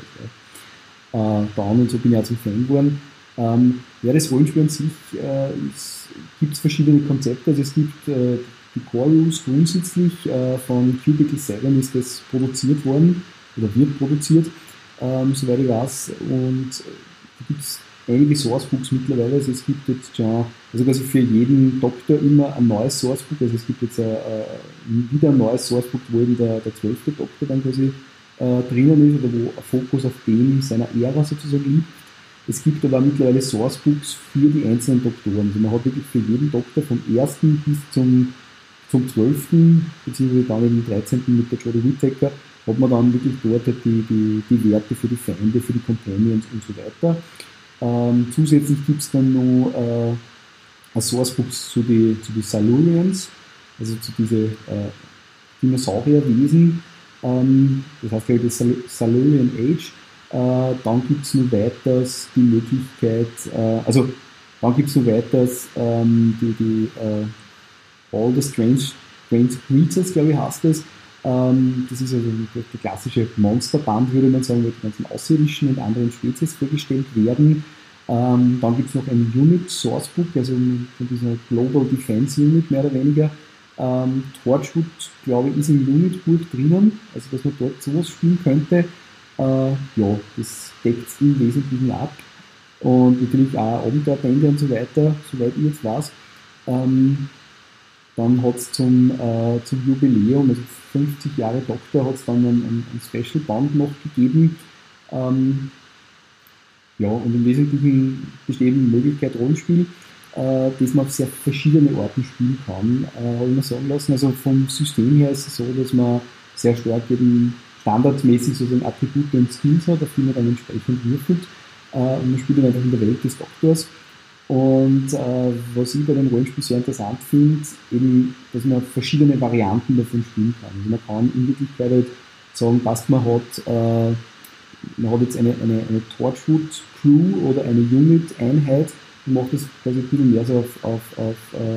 hat. Ja. Äh, dann und so bin ich auch zum Fan geworden. Ähm, ja, das Rollenspiel an sich äh, gibt es verschiedene Konzepte. Also es gibt äh, die Core Rules grundsätzlich, äh, von Cubicle sieben ist das produziert worden oder wird produziert, ähm, soweit ich weiß. Und da gibt es einige Sourcebooks mittlerweile. Also es gibt jetzt schon, also quasi für jeden Doktor immer ein neues Sourcebook. Also es gibt jetzt äh, wieder ein neues Sourcebook, wo eben der, der zwölfte Doktor dann quasi äh, drinnen ist oder wo ein Fokus auf dem seiner Ära sozusagen liegt. Es gibt aber mittlerweile Sourcebooks für die einzelnen Doktoren. Also man hat wirklich für jeden Doktor vom ersten bis zum, zum zwölften beziehungsweise dann eben dreizehnten mit der Jodie Whittaker, hat man dann wirklich dort die, die, die Werte für die Feinde, für die Companions und so weiter. Ähm, zusätzlich gibt es dann noch äh, ein Sourcebook zu den zu die Silurians, also zu diesen äh, Dinosaurierwesen. Ähm, das heißt, glaube ich, das Silurian Age. Äh, dann gibt es noch weiters die Möglichkeit, äh, also dann gibt es noch weiters ähm, die, die äh, All the Strange, Strange Creatures, glaube ich, heißt das. Ähm, das ist also die, die klassische Monsterband, würde man sagen, wo die ganzen Außerirdischen und anderen Spezies vorgestellt werden. Ähm, dann gibt es noch ein Unit Sourcebook, also von dieser Global Defense Unit mehr oder weniger. Ähm, Torchwood, glaube ich, ist im Unit-Book drinnen, also dass man dort sowas spielen könnte. Uh, ja, das deckt es im Wesentlichen ab. Und natürlich auch Abenteuerbände und so weiter, soweit ich jetzt weiß. Ähm, dann hat es zum, äh, zum Jubiläum, also fünfzig Jahre Doktor, hat es dann ein, ein Special-Band noch gegeben. Ähm, ja, und im Wesentlichen besteht die Möglichkeit Rollenspiel, äh, das man auf sehr verschiedene Orten spielen kann, äh, habe ich mir sagen lassen. Also vom System her ist es so, dass man sehr stark eben standardmäßig sozusagen Attribute und Skills hat, auf die man dann entsprechend würfelt. Äh, und man spielt dann einfach in der Welt des Doktors. Und äh, was ich bei dem Rollenspiel sehr interessant finde, eben, dass man verschiedene Varianten davon spielen kann. Also man kann in Wirklichkeit halt sagen, passt, man hat, äh, man hat jetzt eine, eine, eine Torchwood-Crew oder eine Unit-Einheit und macht das quasi ein bisschen mehr so auf, auf, auf,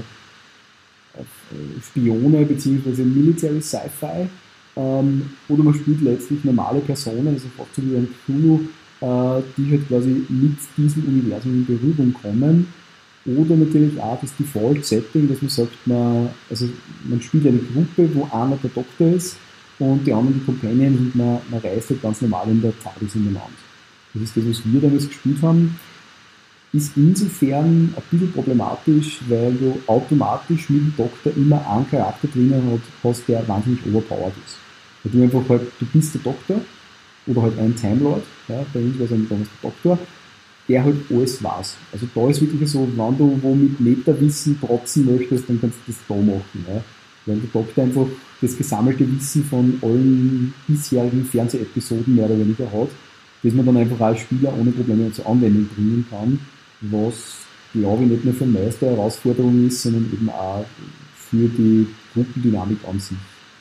äh, auf Spione bzw. Military Sci-Fi. Ähm, oder man spielt letztlich normale Personen, also fast so wie ein Cthulhu, äh, die halt quasi mit diesem Universum in Berührung kommen. Oder natürlich auch das Default-Setting, dass man sagt, man, also man spielt eine Gruppe, wo einer der Doktor ist und die anderen die Companions und man, man reist halt ganz normal in der TARDIS in den Land. Das ist das, was wir damals gespielt haben. Ist insofern ein bisschen problematisch, weil du automatisch mit dem Doktor immer einen Charakter drinnen hast, der wahnsinnig overpowered ist. Weil du einfach halt, du bist der Doktor oder halt ein Time Lord, ja, bei uns war es damals der Doktor, der halt alles weiß. Also da ist wirklich so, wenn du wo mit Metawissen protzen möchtest, dann kannst du das da machen. Ja. Weil der Doktor einfach das gesammelte Wissen von allen bisherigen Fernsehepisoden mehr oder weniger hat, das man dann einfach als Spieler ohne Probleme zur Anwendung bringen kann, was, glaube ich, nicht nur für den Meister eine Herausforderung ist, sondern eben auch für die Gruppendynamik an sich.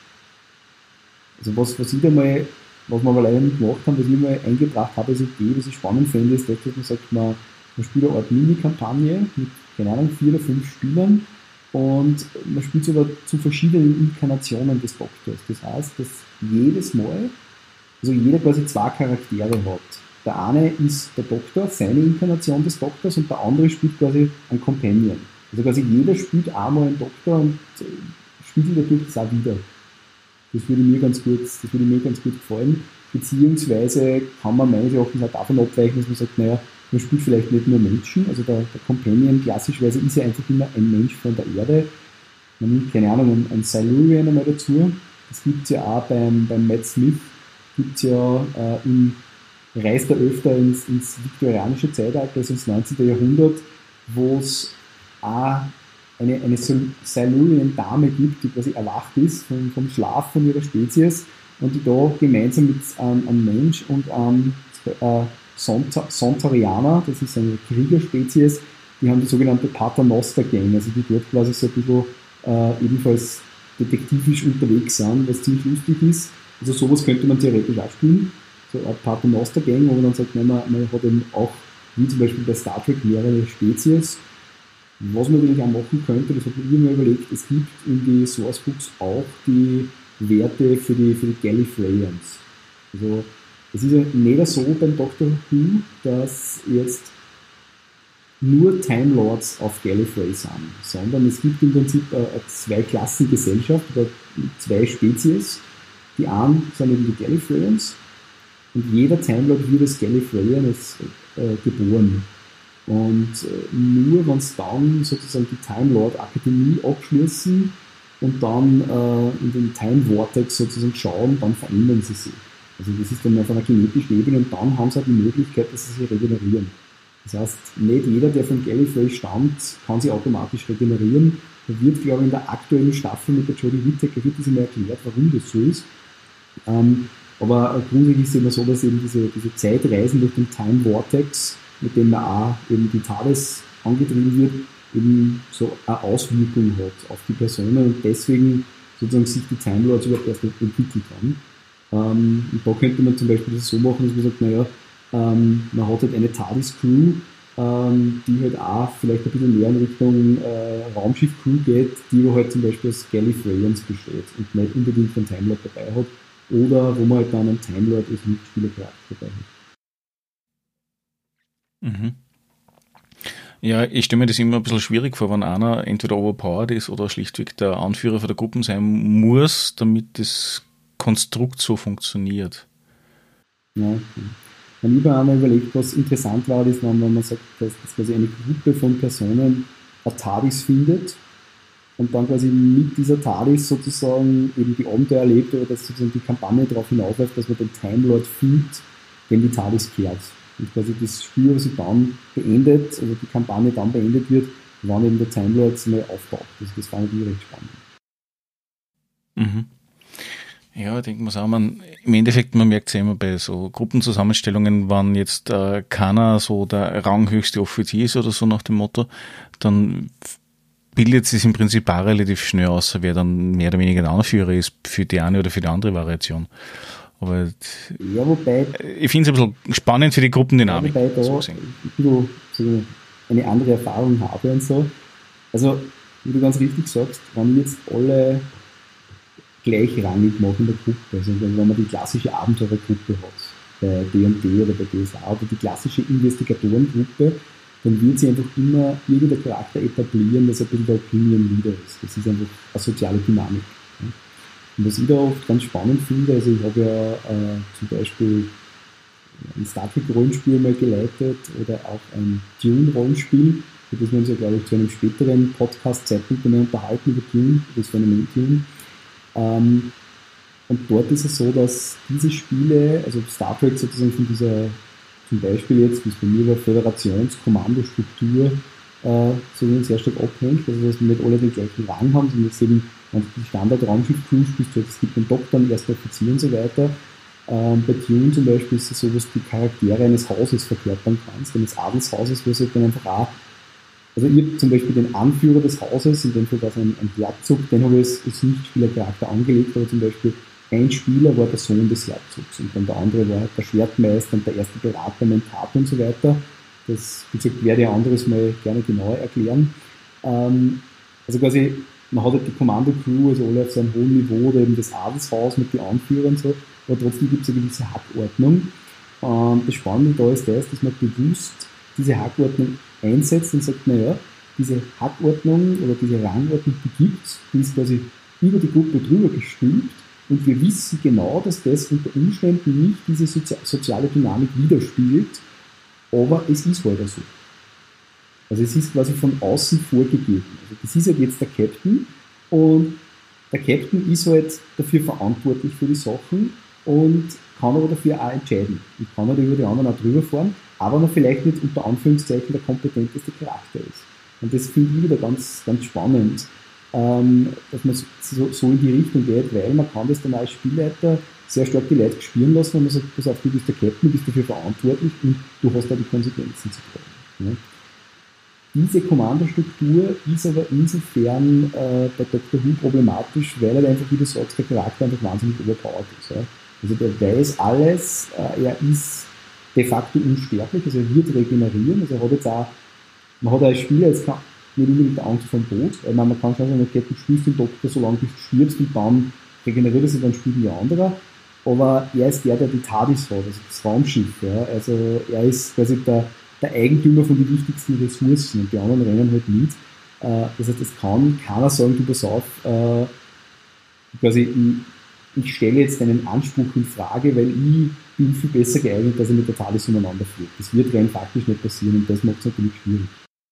Also was, was ich da mal, was wir aber leider nicht gemacht haben, was ich mal eingebracht habe als Idee, was ich spannend finde, ist, dass man sagt, man, man spielt eine Art Mini-Kampagne mit, keine Ahnung, vier oder fünf Spielern und man spielt sogar zu verschiedenen Inkarnationen des Doktors. Das heißt, dass jedes Mal, also jeder quasi zwei Charaktere hat. Der eine ist der Doktor, seine Inkarnation des Doktors, und der andere spielt quasi einen Companion. Also quasi jeder spielt einmal einen Doktor und spielt natürlich das auch wieder. Das würde mir ganz gut, das würde mir ganz gut gefallen. Beziehungsweise kann man meines Erachtens auch davon abweichen, dass man sagt, naja, man spielt vielleicht nicht nur Menschen, also der, der Companion klassischerweise ist ja einfach immer ein Mensch von der Erde. Man nimmt, keine Ahnung, einen, einen Silurian einmal dazu. Das gibt es ja auch beim, beim Matt Smith, gibt es ja äh, im reist er öfter ins, ins viktorianische Zeitalter, also ins neunzehnten Jahrhundert, wo es auch eine, eine Silurian-Dame gibt, die quasi erwacht ist vom, vom Schlaf von ihrer Spezies und die da gemeinsam mit ähm, einem Mensch und einem äh, Sontorianer, das ist eine Kriegerspezies, die haben die sogenannte Paternoster-Gang, also die dort quasi so ein bisschen äh, ebenfalls detektivisch unterwegs sind, was ziemlich lustig ist. Also sowas könnte man theoretisch auch spielen, so eine Paternoster-Gang, wo man dann sagt, nein, man, man hat eben auch, wie zum Beispiel bei Star Trek, mehrere Spezies. Was man natürlich auch machen könnte, das hat man mir überlegt, es gibt in die Sourcebooks auch die Werte für die, für die Gallifreyans. Also es ist ja nicht so beim Doctor Who, dass jetzt nur Time Lords auf Gallifrey sind, sondern es gibt im Prinzip eine Zwei-Klassen-Gesellschaft oder zwei Spezies. Die einen sind eben die Gallifreyans und jeder Time Lord wird als Gallifreyan als, äh, geboren. Und äh, nur wenn es dann sozusagen die Time Lord Akademie abschließen und dann äh, in den Time Vortex sozusagen schauen, dann verändern sie sich. Also das ist dann auf einer genetischen Ebene und dann haben sie auch die Möglichkeit, dass sie sich regenerieren. Das heißt, nicht jeder, der von Gallifrey stammt, kann sich automatisch regenerieren. Da wird, glaube ich, in der aktuellen Staffel mit der Jodie Whittaker wird das immer erklärt, warum das so ist. Ähm, aber grundsätzlich ist es immer so, dass eben diese, diese Zeitreisen durch den Time Vortex, mit dem man auch eben die TARDIS angetrieben wird, eben so eine Auswirkung hat auf die Personen und deswegen sozusagen sich die Time Lords überhaupt erst entwickelt haben. Ähm, und da könnte man zum Beispiel das so machen, dass man sagt, naja, ähm, man hat halt eine TARDIS-Crew, ähm, die halt auch vielleicht ein bisschen mehr in Richtung äh, Raumschiff-Crew geht, die halt zum Beispiel aus Gallifreyans besteht und nicht unbedingt einen Time Lord dabei hat, oder wo man halt dann einen Time Lord als Mitspielercharakter dabei hat. Mhm. Ja, ich stelle mir das immer ein bisschen schwierig vor, wenn einer entweder overpowered ist oder schlichtweg der Anführer von der Gruppe sein muss, damit das Konstrukt so funktioniert. Ja, okay. Dann habe ich einmal überlegt, was interessant war, ist, wenn man sagt, dass quasi eine Gruppe von Personen eine TARDIS findet und dann quasi mit dieser TARDIS sozusagen eben die Abenteuer erlebt oder dass sozusagen die Kampagne darauf hinausläuft, dass man den Time Lord findet, dem die TARDIS kehrt. Und quasi das Spiel, was sich dann beendet, also die Kampagne dann beendet wird, wann eben der Time Lord mal auftaucht. Also das fand ich recht spannend. Mhm. Ja, ich denke mal auch, man, im Endeffekt, man merkt es ja immer bei so Gruppenzusammenstellungen, wenn jetzt äh, keiner so der ranghöchste Offizier ist oder so nach dem Motto, dann bildet es im Prinzip auch relativ schnell aus, wer dann mehr oder weniger der Anführer ist für die eine oder für die andere Variation. Aber ja, wobei, ich finde es ein bisschen spannend für die Gruppendynamik. Ja, wobei da so ein bisschen so eine andere Erfahrung habe und so. Also, wie du ganz richtig sagst, wenn ich jetzt alle gleichrangig mache in der Gruppe, also wenn man die klassische Abenteurergruppe hat, bei D und D oder bei D S A oder die klassische Investigatorengruppe, dann wird sie einfach immer irgendein Charakter etablieren, das ein bisschen der Opinion Leader ist. Das ist einfach eine soziale Dynamik. Und was ich da oft ganz spannend finde, also ich habe ja äh, zum Beispiel ein Star Trek Rollenspiel mal geleitet oder auch ein Dune-Rollenspiel, für das wir uns ja, glaube ich, zu einem späteren Podcast-Zeitpunkt mehr unterhalten über Dune, das Phänomen Dune. Ähm, und dort ist es so, dass diese Spiele, also Star Trek sozusagen von dieser zum Beispiel jetzt, wie es bei mir war, Föderationskommandostruktur äh, so sehr stark abhängt, also dass wir nicht alle den gleichen Rang haben, sondern dass eben die Standard-Raumschiff-Crew spielst, es gibt einen Doktor, einen ersten Offizier und so weiter. Ähm, bei Dune zum Beispiel ist es so, dass du die Charaktere eines Hauses verkörpern kannst, eines Adelshauses, wo es halt dann einfach auch, also ich habe zum Beispiel den Anführer des Hauses, in dem Fall war es ein, ein Herzog, den habe ich als, als Nicht-Spieler-Charakter angelegt, aber zum Beispiel ein Spieler war der Sohn des Herzogs und dann der andere war halt der Schwertmeister und der erste Berater, Mentator und so weiter. Das, wie gesagt, werde ich ein anderes Mal gerne genauer erklären. Ähm, also quasi, man hat halt die Kommando-Crew, also alle auf so einem hohen Niveau, oder eben das Adelshaus mit den Anführern und so, aber trotzdem gibt es eine gewisse Hackordnung. Ähm, das Spannende da ist das, dass man bewusst diese Hackordnung einsetzt und sagt, naja, diese Hackordnung oder diese Rangordnung, die gibt's, die ist quasi über die Gruppe drüber gestülpt und wir wissen genau, dass das unter Umständen nicht diese Sozi- soziale Dynamik widerspiegelt, aber es ist halt so. Also es ist quasi von außen vorgegeben. Also das ist halt jetzt der Captain und der Captain ist halt dafür verantwortlich für die Sachen und kann aber dafür auch entscheiden. Und kann halt über die anderen auch drüber fahren, aber noch vielleicht nicht unter Anführungszeichen der kompetenteste Charakter ist. Und das finde ich wieder ganz, ganz spannend, ähm, dass man so, so in die Richtung geht, weil man kann das dann auch als Spielleiter sehr stark die Leute spüren lassen, wenn man sagt, pass auf, du bist der Captain, du bist dafür verantwortlich und du hast da die Konsequenzen zu tragen. Ja. Diese Kommandostruktur ist aber insofern äh, bei Doctor Who problematisch, weil er einfach, wie du sagst, der Charakter einfach wahnsinnig überpowered ist. Ja. Also der weiß alles, äh, er ist de facto unsterblich, also er wird regenerieren, also er hat jetzt auch, man hat als Spieler jetzt nicht unbedingt Angst vor dem Tod, weil man, man kann schon sagen, okay, du spielst den Doktor, solange du stirbst und dann regeneriert er sich, dann spielt ein anderer, aber er ist der, der die TARDIS hat, also das Raumschiff, ja. Also er ist quasi der, der Eigentümer von den wichtigsten Ressourcen und die anderen rennen halt mit. Äh, das heißt, es kann keiner sagen, du pass auf, äh, quasi ich, ich stelle jetzt deinen Anspruch in Frage, weil ich bin viel besser geeignet, dass ich mit der TARDIS umeinander fliege. Das wird rein faktisch nicht passieren und das macht es natürlich schwierig.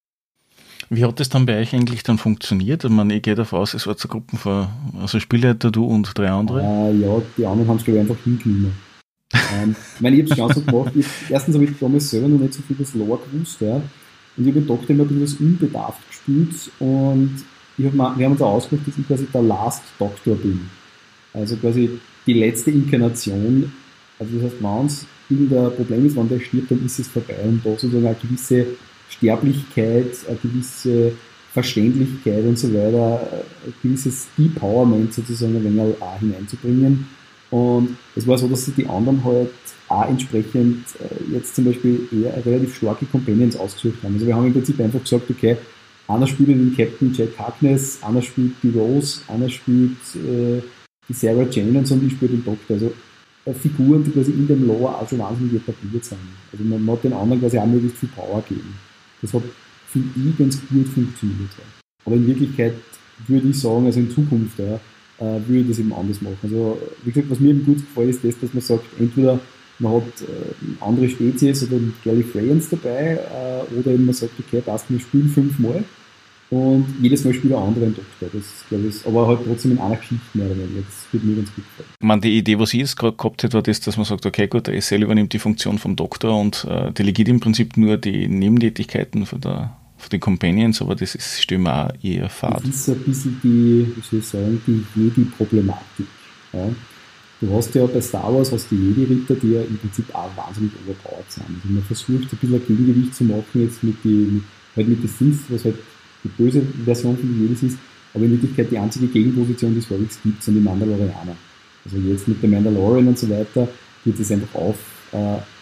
Wie hat das dann bei euch eigentlich dann funktioniert? Ich meine, ich gehe davon aus, es war zur Gruppe von, also Spielleiter, du und drei andere. Äh, ja, die anderen haben es glaube ich einfach hingenommen. ähm, ich meine, ich habe es ganz so gemacht. Ich, erstens habe ich damals selber noch nicht so viel das Lore gewusst, ja. Und ich habe gedacht, immer ein bisschen das unbedarft gespielt und ich hab mal, wir haben uns auch ausgemacht, dass ich quasi der Last Doctor bin. Also quasi die letzte Inkarnation. Also das heißt, wenn es irgendein Problem ist, wenn der stirbt, dann ist es vorbei. Und da sozusagen eine gewisse Sterblichkeit, eine gewisse Verständlichkeit und so weiter, ein gewisses Empowerment sozusagen ein wenig auch hineinzubringen. Und es war so, dass sich die anderen halt auch entsprechend jetzt zum Beispiel eher relativ starke Companions ausgesucht haben. Also wir haben im Prinzip einfach gesagt, okay, einer spielt den Captain Jack Harkness, einer spielt die Rose, einer spielt äh, die Sarah Jane und so, und ich spiele den Doktor. Also äh, Figuren, die quasi in dem Lore auch schon wahnsinnig etabliert sind. Also man hat den anderen quasi auch möglichst viel Power geben. Das hat, finde ich, ganz gut funktioniert. Ja. Aber in Wirklichkeit würde ich sagen, also in Zukunft, ja, äh, würde ich das eben anders machen. Also, wie gesagt, was mir eben gut gefällt, ist das, dass man sagt, entweder man hat äh, andere Spezies oder Gallifreyans dabei, äh, oder eben man sagt, okay, passt, wir spielen fünfmal und jedes Mal spielt ein anderer einen Doktor. Das, glaube ich, aber halt trotzdem in einer Geschichte mehr oder weniger. Das würde mir ganz gut gefallen. Ich meine, die Idee, was ich jetzt gerade gehabt hätte, war das, dass man sagt, okay, gut, der S L übernimmt die Funktion vom Doktor und äh, delegiert im Prinzip nur die Nebentätigkeiten von, der, von den Companions, aber das ist, stimmt auch eher fad. Das ist ein bisschen die, wie soll ich sagen, die Jedi-Problematik. Ja. Du hast ja bei Star Wars hast die Jedi-Ritter, die ja im Prinzip auch wahnsinnig overpowered sind. Also man versucht ein bisschen ein Gegengewicht zu machen jetzt mit den, halt mit den Sith, was halt die böse Version von den Jedis ist, aber in Wirklichkeit die einzige Gegenposition, die es wirklich gibt, sind die Mandalorianer. Also jetzt mit dem Mandalorian und so weiter wird es einfach auf, äh,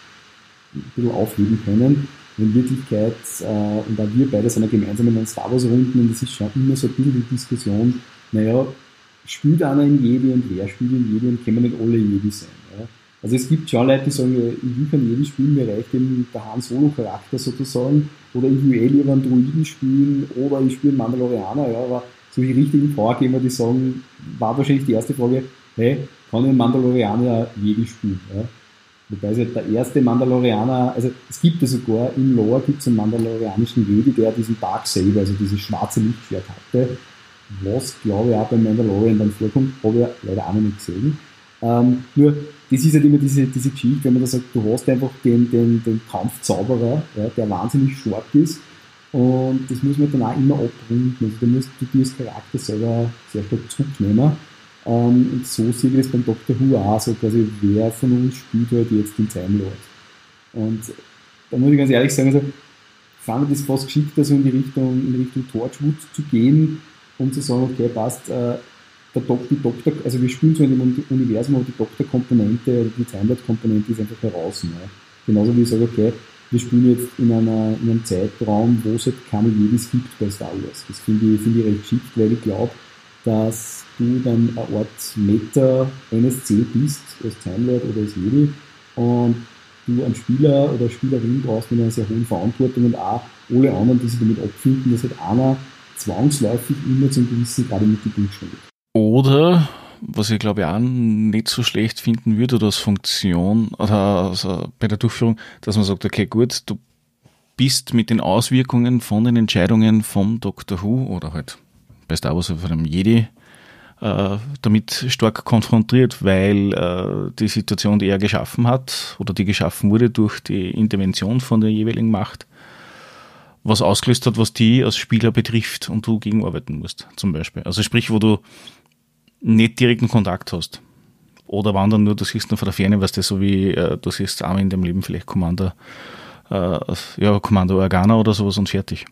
ein bisschen aufheben können. Und in Wirklichkeit, äh, und auch wir beide sind ja gemeinsam in den Star Wars Runden und es ist schon immer so ein bisschen die Diskussion, naja, spielt einer in Jedi und wer spielt in Jedi und können nicht alle Jedi sein. Ja? Also es gibt schon Leute, die sagen, ich will kein Jedi spielen, mir reicht eben der Han Solo-Charakter sozusagen, oder ich will eh lieber einen Druiden spielen, oder ich spiele einen Mandalorianer, ja, aber so die richtigen Powergamer, die sagen, war wahrscheinlich die erste Frage, hey, kann ich einen Mandalorianer Jedi spielen? Ja? Wobei es halt der erste Mandalorianer, also es gibt ja sogar, im Lore gibt es einen mandalorianischen Jedi, der diesen Darksaber, also dieses schwarze Lichtschwert hatte, was glaube ich auch beim Mandalorian dann vorkommt, habe ich leider auch noch nicht gesehen. Ähm, nur, das ist halt immer diese, diese Geschichte, wenn man da sagt, du hast einfach den, den, den Kampfzauberer, ja, der wahnsinnig stark ist, und das muss man dann auch immer abrunden. Also da musst du dir als Charakter selber sehr stark zurücknehmen. Ähm, und so sehe ich das beim Doctor Who auch, so quasi, wer von uns spielt halt jetzt den Time Lord. Und da muss ich ganz ehrlich sagen, also fand ich das fast geschickter, so in die Richtung, in Richtung Torchwood zu gehen, um zu sagen, okay, passt, äh, der Dok, die Doktor, also wir spielen so in dem Universum, aber die Doktor-Komponente oder die Time Lord-Komponente ist einfach heraus. Ne? Genauso wie ich sage, okay, wir spielen jetzt in, einer, in einem Zeitraum, wo es halt keine Jedis gibt bei Star Wars. Das finde ich, find ich recht geschickt, weil ich glaube, dass du dann eine Art Meta-N S C bist, als Time Lord oder als Jedi, und du einen Spieler oder Spielerin brauchst mit einer sehr hohen Verantwortung und auch alle anderen, die sich damit abfinden, dass halt einer zwangsläufig immer zum gewissen Grad im Mittelpunkt steht. Oder, was ich glaube ich auch nicht so schlecht finden würde, oder als Funktion, oder also bei der Durchführung, dass man sagt, okay, gut, du bist mit den Auswirkungen von den Entscheidungen vom Doctor Who oder halt bei Star Wars von einem Jedi äh, damit stark konfrontiert, weil äh, die Situation, die er geschaffen hat oder die geschaffen wurde durch die Intervention von der jeweiligen Macht, was ausgelöst hat, was die als Spieler betrifft und du gegenarbeiten musst, zum Beispiel. Also sprich, wo du nicht direkten Kontakt hast. Oder wann dann nur, du siehst nur von der Ferne, was das so wie, äh, du siehst einmal in deinem Leben vielleicht Commander, äh, ja, Commander Organa oder sowas und fertig.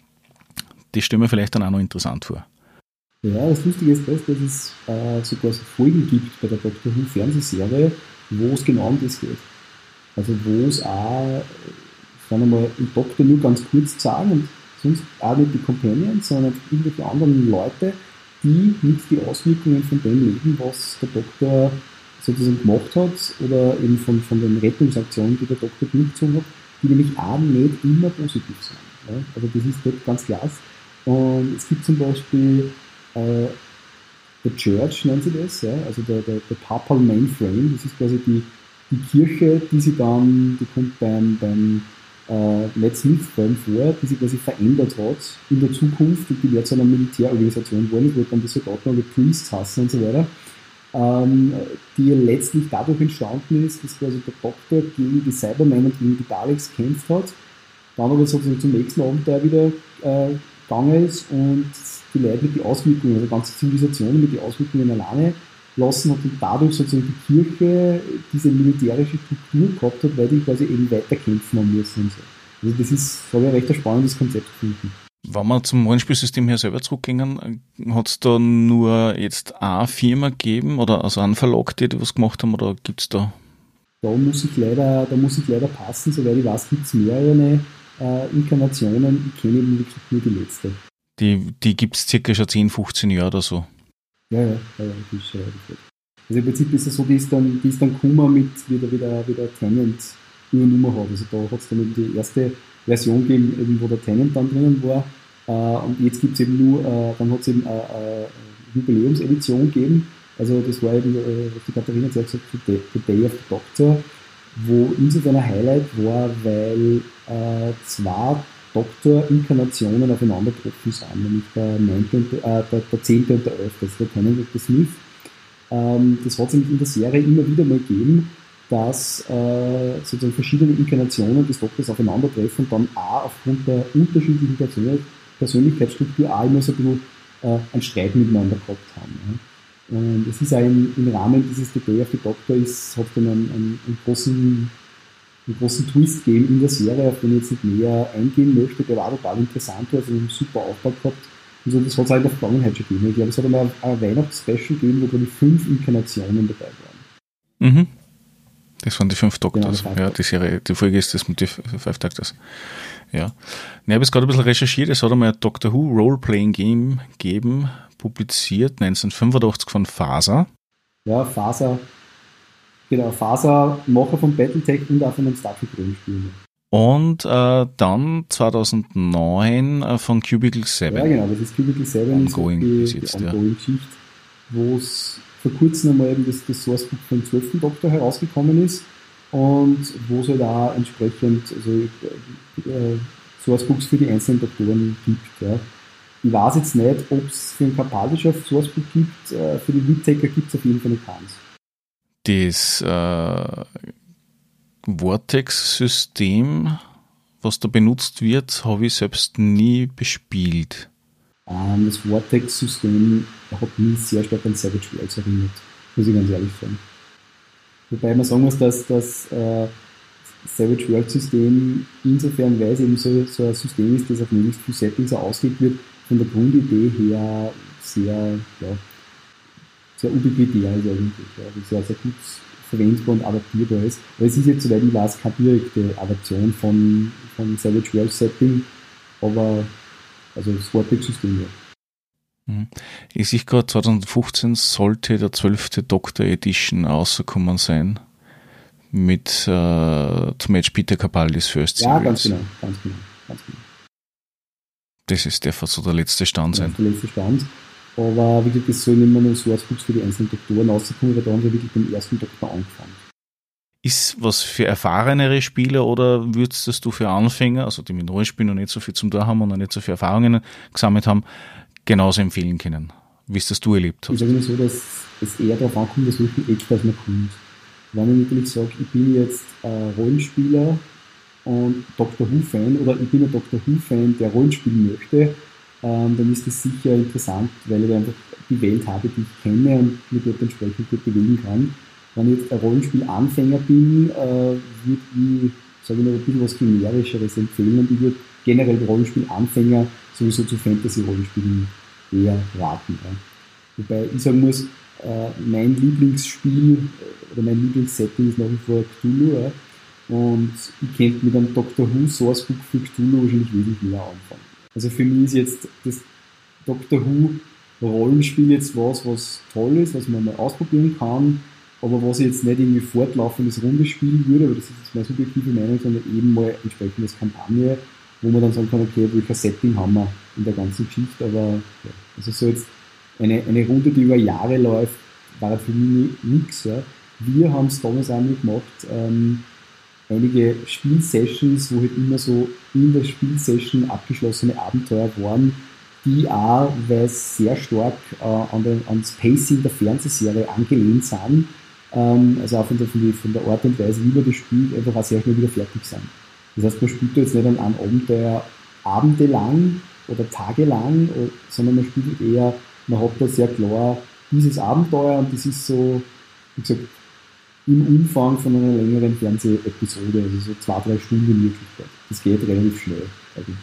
Das stelle mir vielleicht dann auch noch interessant vor. Ja, das Lustige ist das, dass es äh, sogar so Folgen gibt bei der Doctor Who Fernsehserie, wo es genau um das geht. Also wo es auch, ich kann einmal den Doktor nur ganz kurz sagen und sonst auch nicht die Companions, sondern irgendwelche anderen Leute, die mit die Auswirkungen von dem leben, was der Doktor sozusagen gemacht hat oder eben von, von den Rettungsaktionen, die der Doktor durchgezogen hat, die nämlich auch nicht immer positiv sind. Ja? Also das ist dort ganz klar. Und es gibt zum Beispiel äh, The Church, nennt sie das, ja? Also der, der, der Papal Mainframe, das ist quasi die, die Kirche, die sie dann, die kommt beim, beim äh, Matt Smith-Film vor, die sich quasi verändert hat in der Zukunft und die wird zu einer Militärorganisation geworden, wo dann die Soldaten alle Priests hassen und so weiter, ähm, die letztlich dadurch entstanden ist, dass quasi der Doktor gegen die Cybermen und gegen die Daleks gekämpft hat, dann aber sozusagen zum nächsten Abenteuer wieder äh, gegangen ist und die Leute mit den Auswirkungen, also ganze Zivilisationen mit den Auswirkungen alleine lassen hat und dadurch sozusagen die Kirche diese militärische Struktur gehabt hat, weil die quasi eben weiterkämpfen haben müssen und so. Also das ist, glaube ich, ein recht ein spannendes Konzept gefunden. Wenn wir zum Rollenspielsystem her selber zurückgehen, hat es da nur jetzt eine Firma gegeben oder also einen Verlag, die was gemacht haben, oder gibt es da? Da muss ich leider, da muss ich leider passen, soweit ich weiß, gibt es mehrere äh, Inkarnationen. Ich kenne eben wirklich nur die letzte. Die, die gibt es circa schon zehn, fünfzehn Jahre oder so. Ja, ja, ja, ja, die ist schon relativ. Also im Prinzip ist es so, die ist dann, die ist dann gekommen mit, wieder, wieder, wieder Tenant übernommen hat. Also da hat es dann eben die erste Version gegeben, eben, wo der Tenant dann drinnen war. Äh, und jetzt gibt es eben nur, äh, dann hat es eben eine, eine Jubiläumsedition gegeben. Also das war eben, äh, was die Katharina gesagt hat, The, The Day of the Doctor, wo insofern ein Highlight war, weil äh, zwei Doktor-Inkarnationen aufeinander getroffen sind, nämlich der, neunte und, äh, der, der zehnte und der elfte, also der Tennant und der Smith. Ähm, das hat es nämlich in der Serie immer wieder mal gegeben, dass äh, sozusagen verschiedene Inkarnationen des Doktors aufeinandertreffen und dann auch aufgrund der unterschiedlichen Persön- Persönlichkeitsstruktur auch immer so ein bisschen äh, einen Streit miteinander gehabt haben. Ja. Und es ist auch im, im Rahmen dieses The Day of the Doctor ist, hat dann einen, einen, einen großen einen großen Twist geben in der Serie, auf den ich jetzt nicht näher eingehen möchte, der war total interessant, also einen super Aufbau gehabt. Und so, das hat es halt in der Vergangenheit schon gegeben. Ich glaube, es hat einmal ein Weihnachtsspecial gegeben, wo gerade fünf Inkarnationen dabei waren. Mhm. Das waren die fünf Doctors. Genau, ja, die Serie, die Folge ist das mit den Five Doctors. Ja. Ich habe jetzt gerade ein bisschen recherchiert, es hat einmal ein Doctor Who Role-Playing Game gegeben, publiziert neunzehnhundertfünfundachtzig von Faser. Ja, Faser. Genau, Faser, Macher von Battletech und auch von einem Star Trek Rollenspiel. Und äh, dann zweitausendneun äh, von Cubicle sieben. Ja, genau, das ist Cubicle sieben, Ongoing ist die, jetzt, die Ongoing-Geschichte, ja. Wo es vor kurzem einmal eben das, das Sourcebook vom zwölften Doktor herausgekommen ist und wo es halt auch entsprechend also, äh, Sourcebooks für die einzelnen Doktoren gibt. Ja. Ich weiß jetzt nicht, ob es für ein Kapaldischer Sourcebook gibt, äh, für die Lead-Taker gibt es auf jeden Fall noch keins. Das äh, Vortex-System, was da benutzt wird, habe ich selbst nie bespielt. Ähm, das Vortex-System hat mich sehr stark an Savage Worlds erinnert, muss ich ganz ehrlich sagen. Wobei man sagen muss, dass das äh, Savage Worlds System insofern, weil es eben so, so ein System ist, das auf möglichst viele Settings auch ausgelegt wird, von der Grundidee her sehr, ja, sehr ubiquitär ist eigentlich, ja, sehr, sehr gut verwendbar und adaptierbar ist. Aber es ist jetzt, soweit ich weiß, keine direkte Adaption von, von Savage Worlds Setting, aber also das Vortex-System, ja. Ich sehe gerade, zwanzig fünfzehn sollte der zwölfte Doctor Edition rausgekommen sein. Mit äh, zum Beispiel Peter Capaldis First Ja, Series. ganz genau, ganz genau, ganz genau. Das ist der, so der letzte Stand sein. Der letzte Stand. Aber wie gesagt, es sollen immer nur Sourcebooks für die einzelnen Doktoren rauskommen, weil da haben wir wirklich beim ersten Doktor angefangen. Ist was für erfahrenere Spieler oder würdest du für Anfänger, also die mit Rollenspielen noch nicht so viel zum Tun haben und noch nicht so viele Erfahrungen gesammelt haben, genauso empfehlen können, wie es das du erlebt hast? Ich sage immer so, dass es eher darauf ankommt, dass welchen Extras man kommt. Wenn ich natürlich sage, ich bin jetzt ein Rollenspieler und Doctor Who-Fan oder ich bin ein Doctor Who-Fan, der Rollenspielen möchte, ähm, dann ist das sicher interessant, weil ich einfach die Welt habe, die ich kenne und mit der entsprechend gut bewegen kann. Wenn ich jetzt ein Rollenspielanfänger bin, äh, würde ich, sage ich mal, ein bisschen was Generischeres empfehlen und ich würde generell Rollenspielanfänger sowieso zu Fantasy-Rollenspielen eher raten. Ja. Wobei ich sagen muss, äh, mein Lieblingsspiel oder mein Lieblingssetting ist nach wie vor Cthulhu. Ja. Und ich könnte mit einem Doctor Who Sourcebook für Cthulhu wahrscheinlich wesentlich mehr anfangen. Also für mich ist jetzt das Doctor Who Rollenspiel jetzt was, was toll ist, was man mal ausprobieren kann, aber was ich jetzt nicht irgendwie fortlaufendes Runde spielen würde, aber das ist jetzt meine subjektive Meinung, sondern eben mal entsprechend als Kampagne, wo man dann sagen kann, okay, welcher Setting haben wir in der ganzen Geschichte, aber ja, also so jetzt eine, eine Runde, die über Jahre läuft, war für mich nichts. Ja. Wir haben es damals auch nicht gemacht, ähm, einige Spielsessions, wo halt immer so in der Spielsession abgeschlossene Abenteuer waren, die auch, weil es sehr stark äh, an den, ans Pacing der Fernsehserie angelehnt sind, ähm, also auch von der, von, die, von der Art und Weise, wie man das spielt, einfach auch sehr schnell wieder fertig sind. Das heißt, man spielt da jetzt nicht an einem Abenteuer abendelang oder tagelang, sondern man spielt eher, man hat da sehr klar dieses Abenteuer und das ist so, wie gesagt, im Umfang von einer längeren Fernsehepisode, also so zwei, drei Stunden in Wirklichkeit. Das geht relativ schnell eigentlich.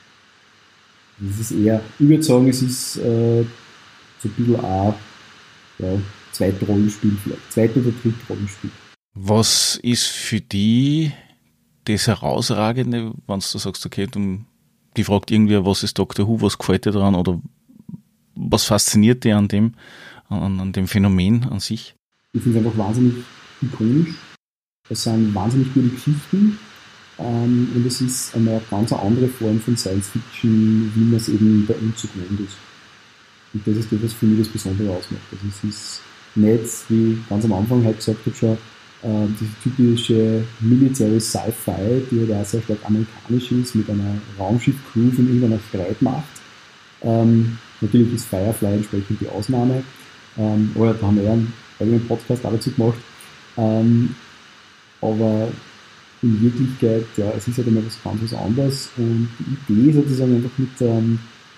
Das ist eher, ich würde sagen, es ist äh, so ein bisschen auch ja, Zweitrollenspiel vielleicht, Zweit- oder Drittrollenspiel. Was ist für die das Herausragende, wenn du sagst, okay, du, die fragt irgendwer, was ist Doctor Who, was gefällt dir daran oder was fasziniert dir an dem, an, an dem Phänomen an sich? Ich finde es einfach wahnsinnig ikonisch. Es sind wahnsinnig gute Geschichten ähm, und es ist eine ganz andere Form von Science Fiction, wie man es eben bei uns so gewohnt ist. Und das ist das, was für mich das Besondere ausmacht. Also es ist nicht, wie ich ganz am Anfang halt gesagt habe, schon äh, diese typische Military Sci-Fi, die halt auch sehr stark amerikanisch ist, mit einer Raumschiff-Crew von irgendeiner Streitmacht. Ähm, natürlich ist Firefly entsprechend die Ausnahme, ähm, aber da haben wir ja einen eigenen Podcast auch dazu gemacht. Ähm, aber in Wirklichkeit, ja, es ist halt immer was ganz was anderes und die Idee sozusagen einfach mit, ähm,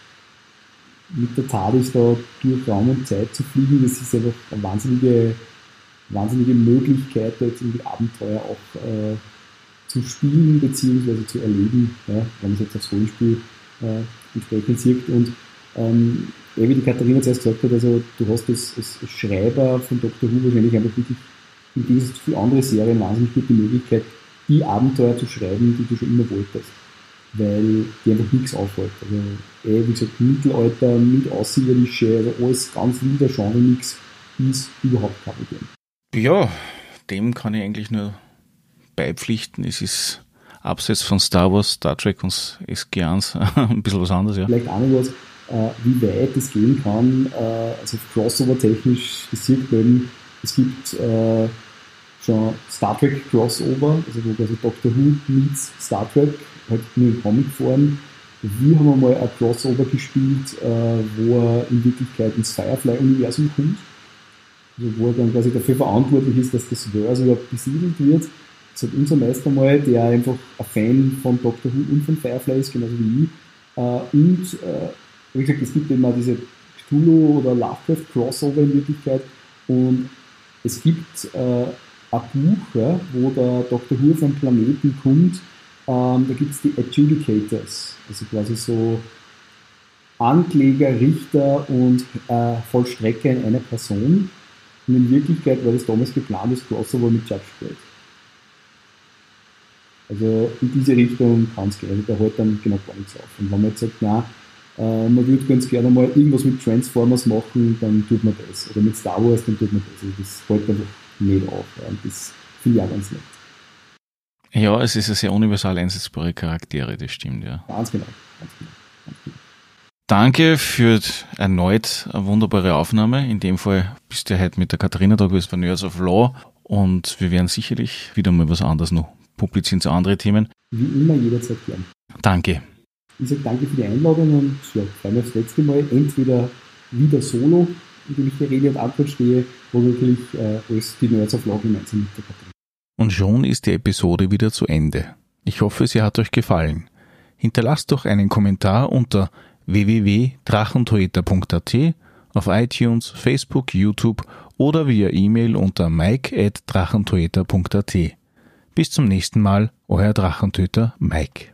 mit der TARDIS da durch Raum und Zeit zu fliegen, das ist einfach eine wahnsinnige, wahnsinnige Möglichkeit, da jetzt irgendwie Abenteuer auch äh, zu spielen bzw. zu erleben, ja, wenn man es jetzt aufs Rollenspiel äh, entsprechend sieht. Und ähm, wie die Katharina zuerst gesagt hat, also du hast als, als Schreiber von Doctor Who wahrscheinlich einfach wirklich im Gegensatz zu vielen anderen Serien wahnsinnig gut die Möglichkeit, die Abenteuer zu schreiben, die du schon immer wolltest. Weil die einfach nichts aufhält. Also, eh, wie gesagt, Mittelalter, mit Außerirdische, also alles ganz wilder Genre, nichts ist überhaupt kein Problem. Ja, dem kann ich eigentlich nur beipflichten. Es ist abseits von Star Wars, Star Trek und S G eins ein bisschen was anderes, ja. Vielleicht auch noch was, äh, wie weit es gehen kann, äh, also Crossover-technisch, das sieht man eben, es gibt äh, schon Star Trek Crossover, also wo quasi Doctor Who meets Star Trek, halt nur in Comicform. Wir haben einmal ein Crossover gespielt, äh, wo er in Wirklichkeit ins Firefly-Universum kommt. also wo er dann quasi dafür verantwortlich ist, dass das Verse überhaupt besiedelt wird. Das hat unser Meister mal, der einfach ein Fan von Doctor Who und von Firefly ist, genauso wie ich. Und wie gesagt, es gibt eben auch diese Cthulhu- oder Lovecraft-Crossover in Wirklichkeit. Und es gibt äh, ein Buch, ja, wo der Doktor Who auf einen Planeten kommt. Ähm, da gibt es die Adjudicators, also quasi so Ankläger, Richter und äh, Vollstrecker in einer Person. Und in Wirklichkeit war das damals geplant, das Crossover mit Judge Dredd. Also in diese Richtung kann es gehen. Also da hört dann genau gar nichts auf. Und wenn man jetzt sagt, na, äh, man würde ganz gerne mal irgendwas mit Transformers machen, dann tut man das. Oder mit Star Wars, dann tut man das. Also das hört einfach nicht auf. Ja. Und das finde ich auch ganz nett. Ja, es ist eine sehr universal einsetzbare Charaktere, das stimmt, ja. Ganz genau. Ganz genau. Ganz genau. Danke für erneut eine wunderbare Aufnahme. In dem Fall bist du ja heute mit der Katharina da gewesen von Nerds of Law und wir werden sicherlich wieder mal was anderes noch publizieren zu anderen Themen. Wie immer, jederzeit gern. Danke. Ich sage danke für die Einladung und ja, freue mich aufs letzte Mal. Entweder wieder solo, indem ich der Rede und Antwort stehe, oder natürlich äh, als die Nerds of Law gemeinsam mit der Katharina. Und schon ist die Episode wieder zu Ende. Ich hoffe, sie hat euch gefallen. Hinterlasst doch einen Kommentar unter w w w punkt drachentoeter punkt a t, auf iTunes, Facebook, YouTube oder via E-Mail unter mike at drachentoeter punkt a t. Bis zum nächsten Mal, euer Drachentöter Mike.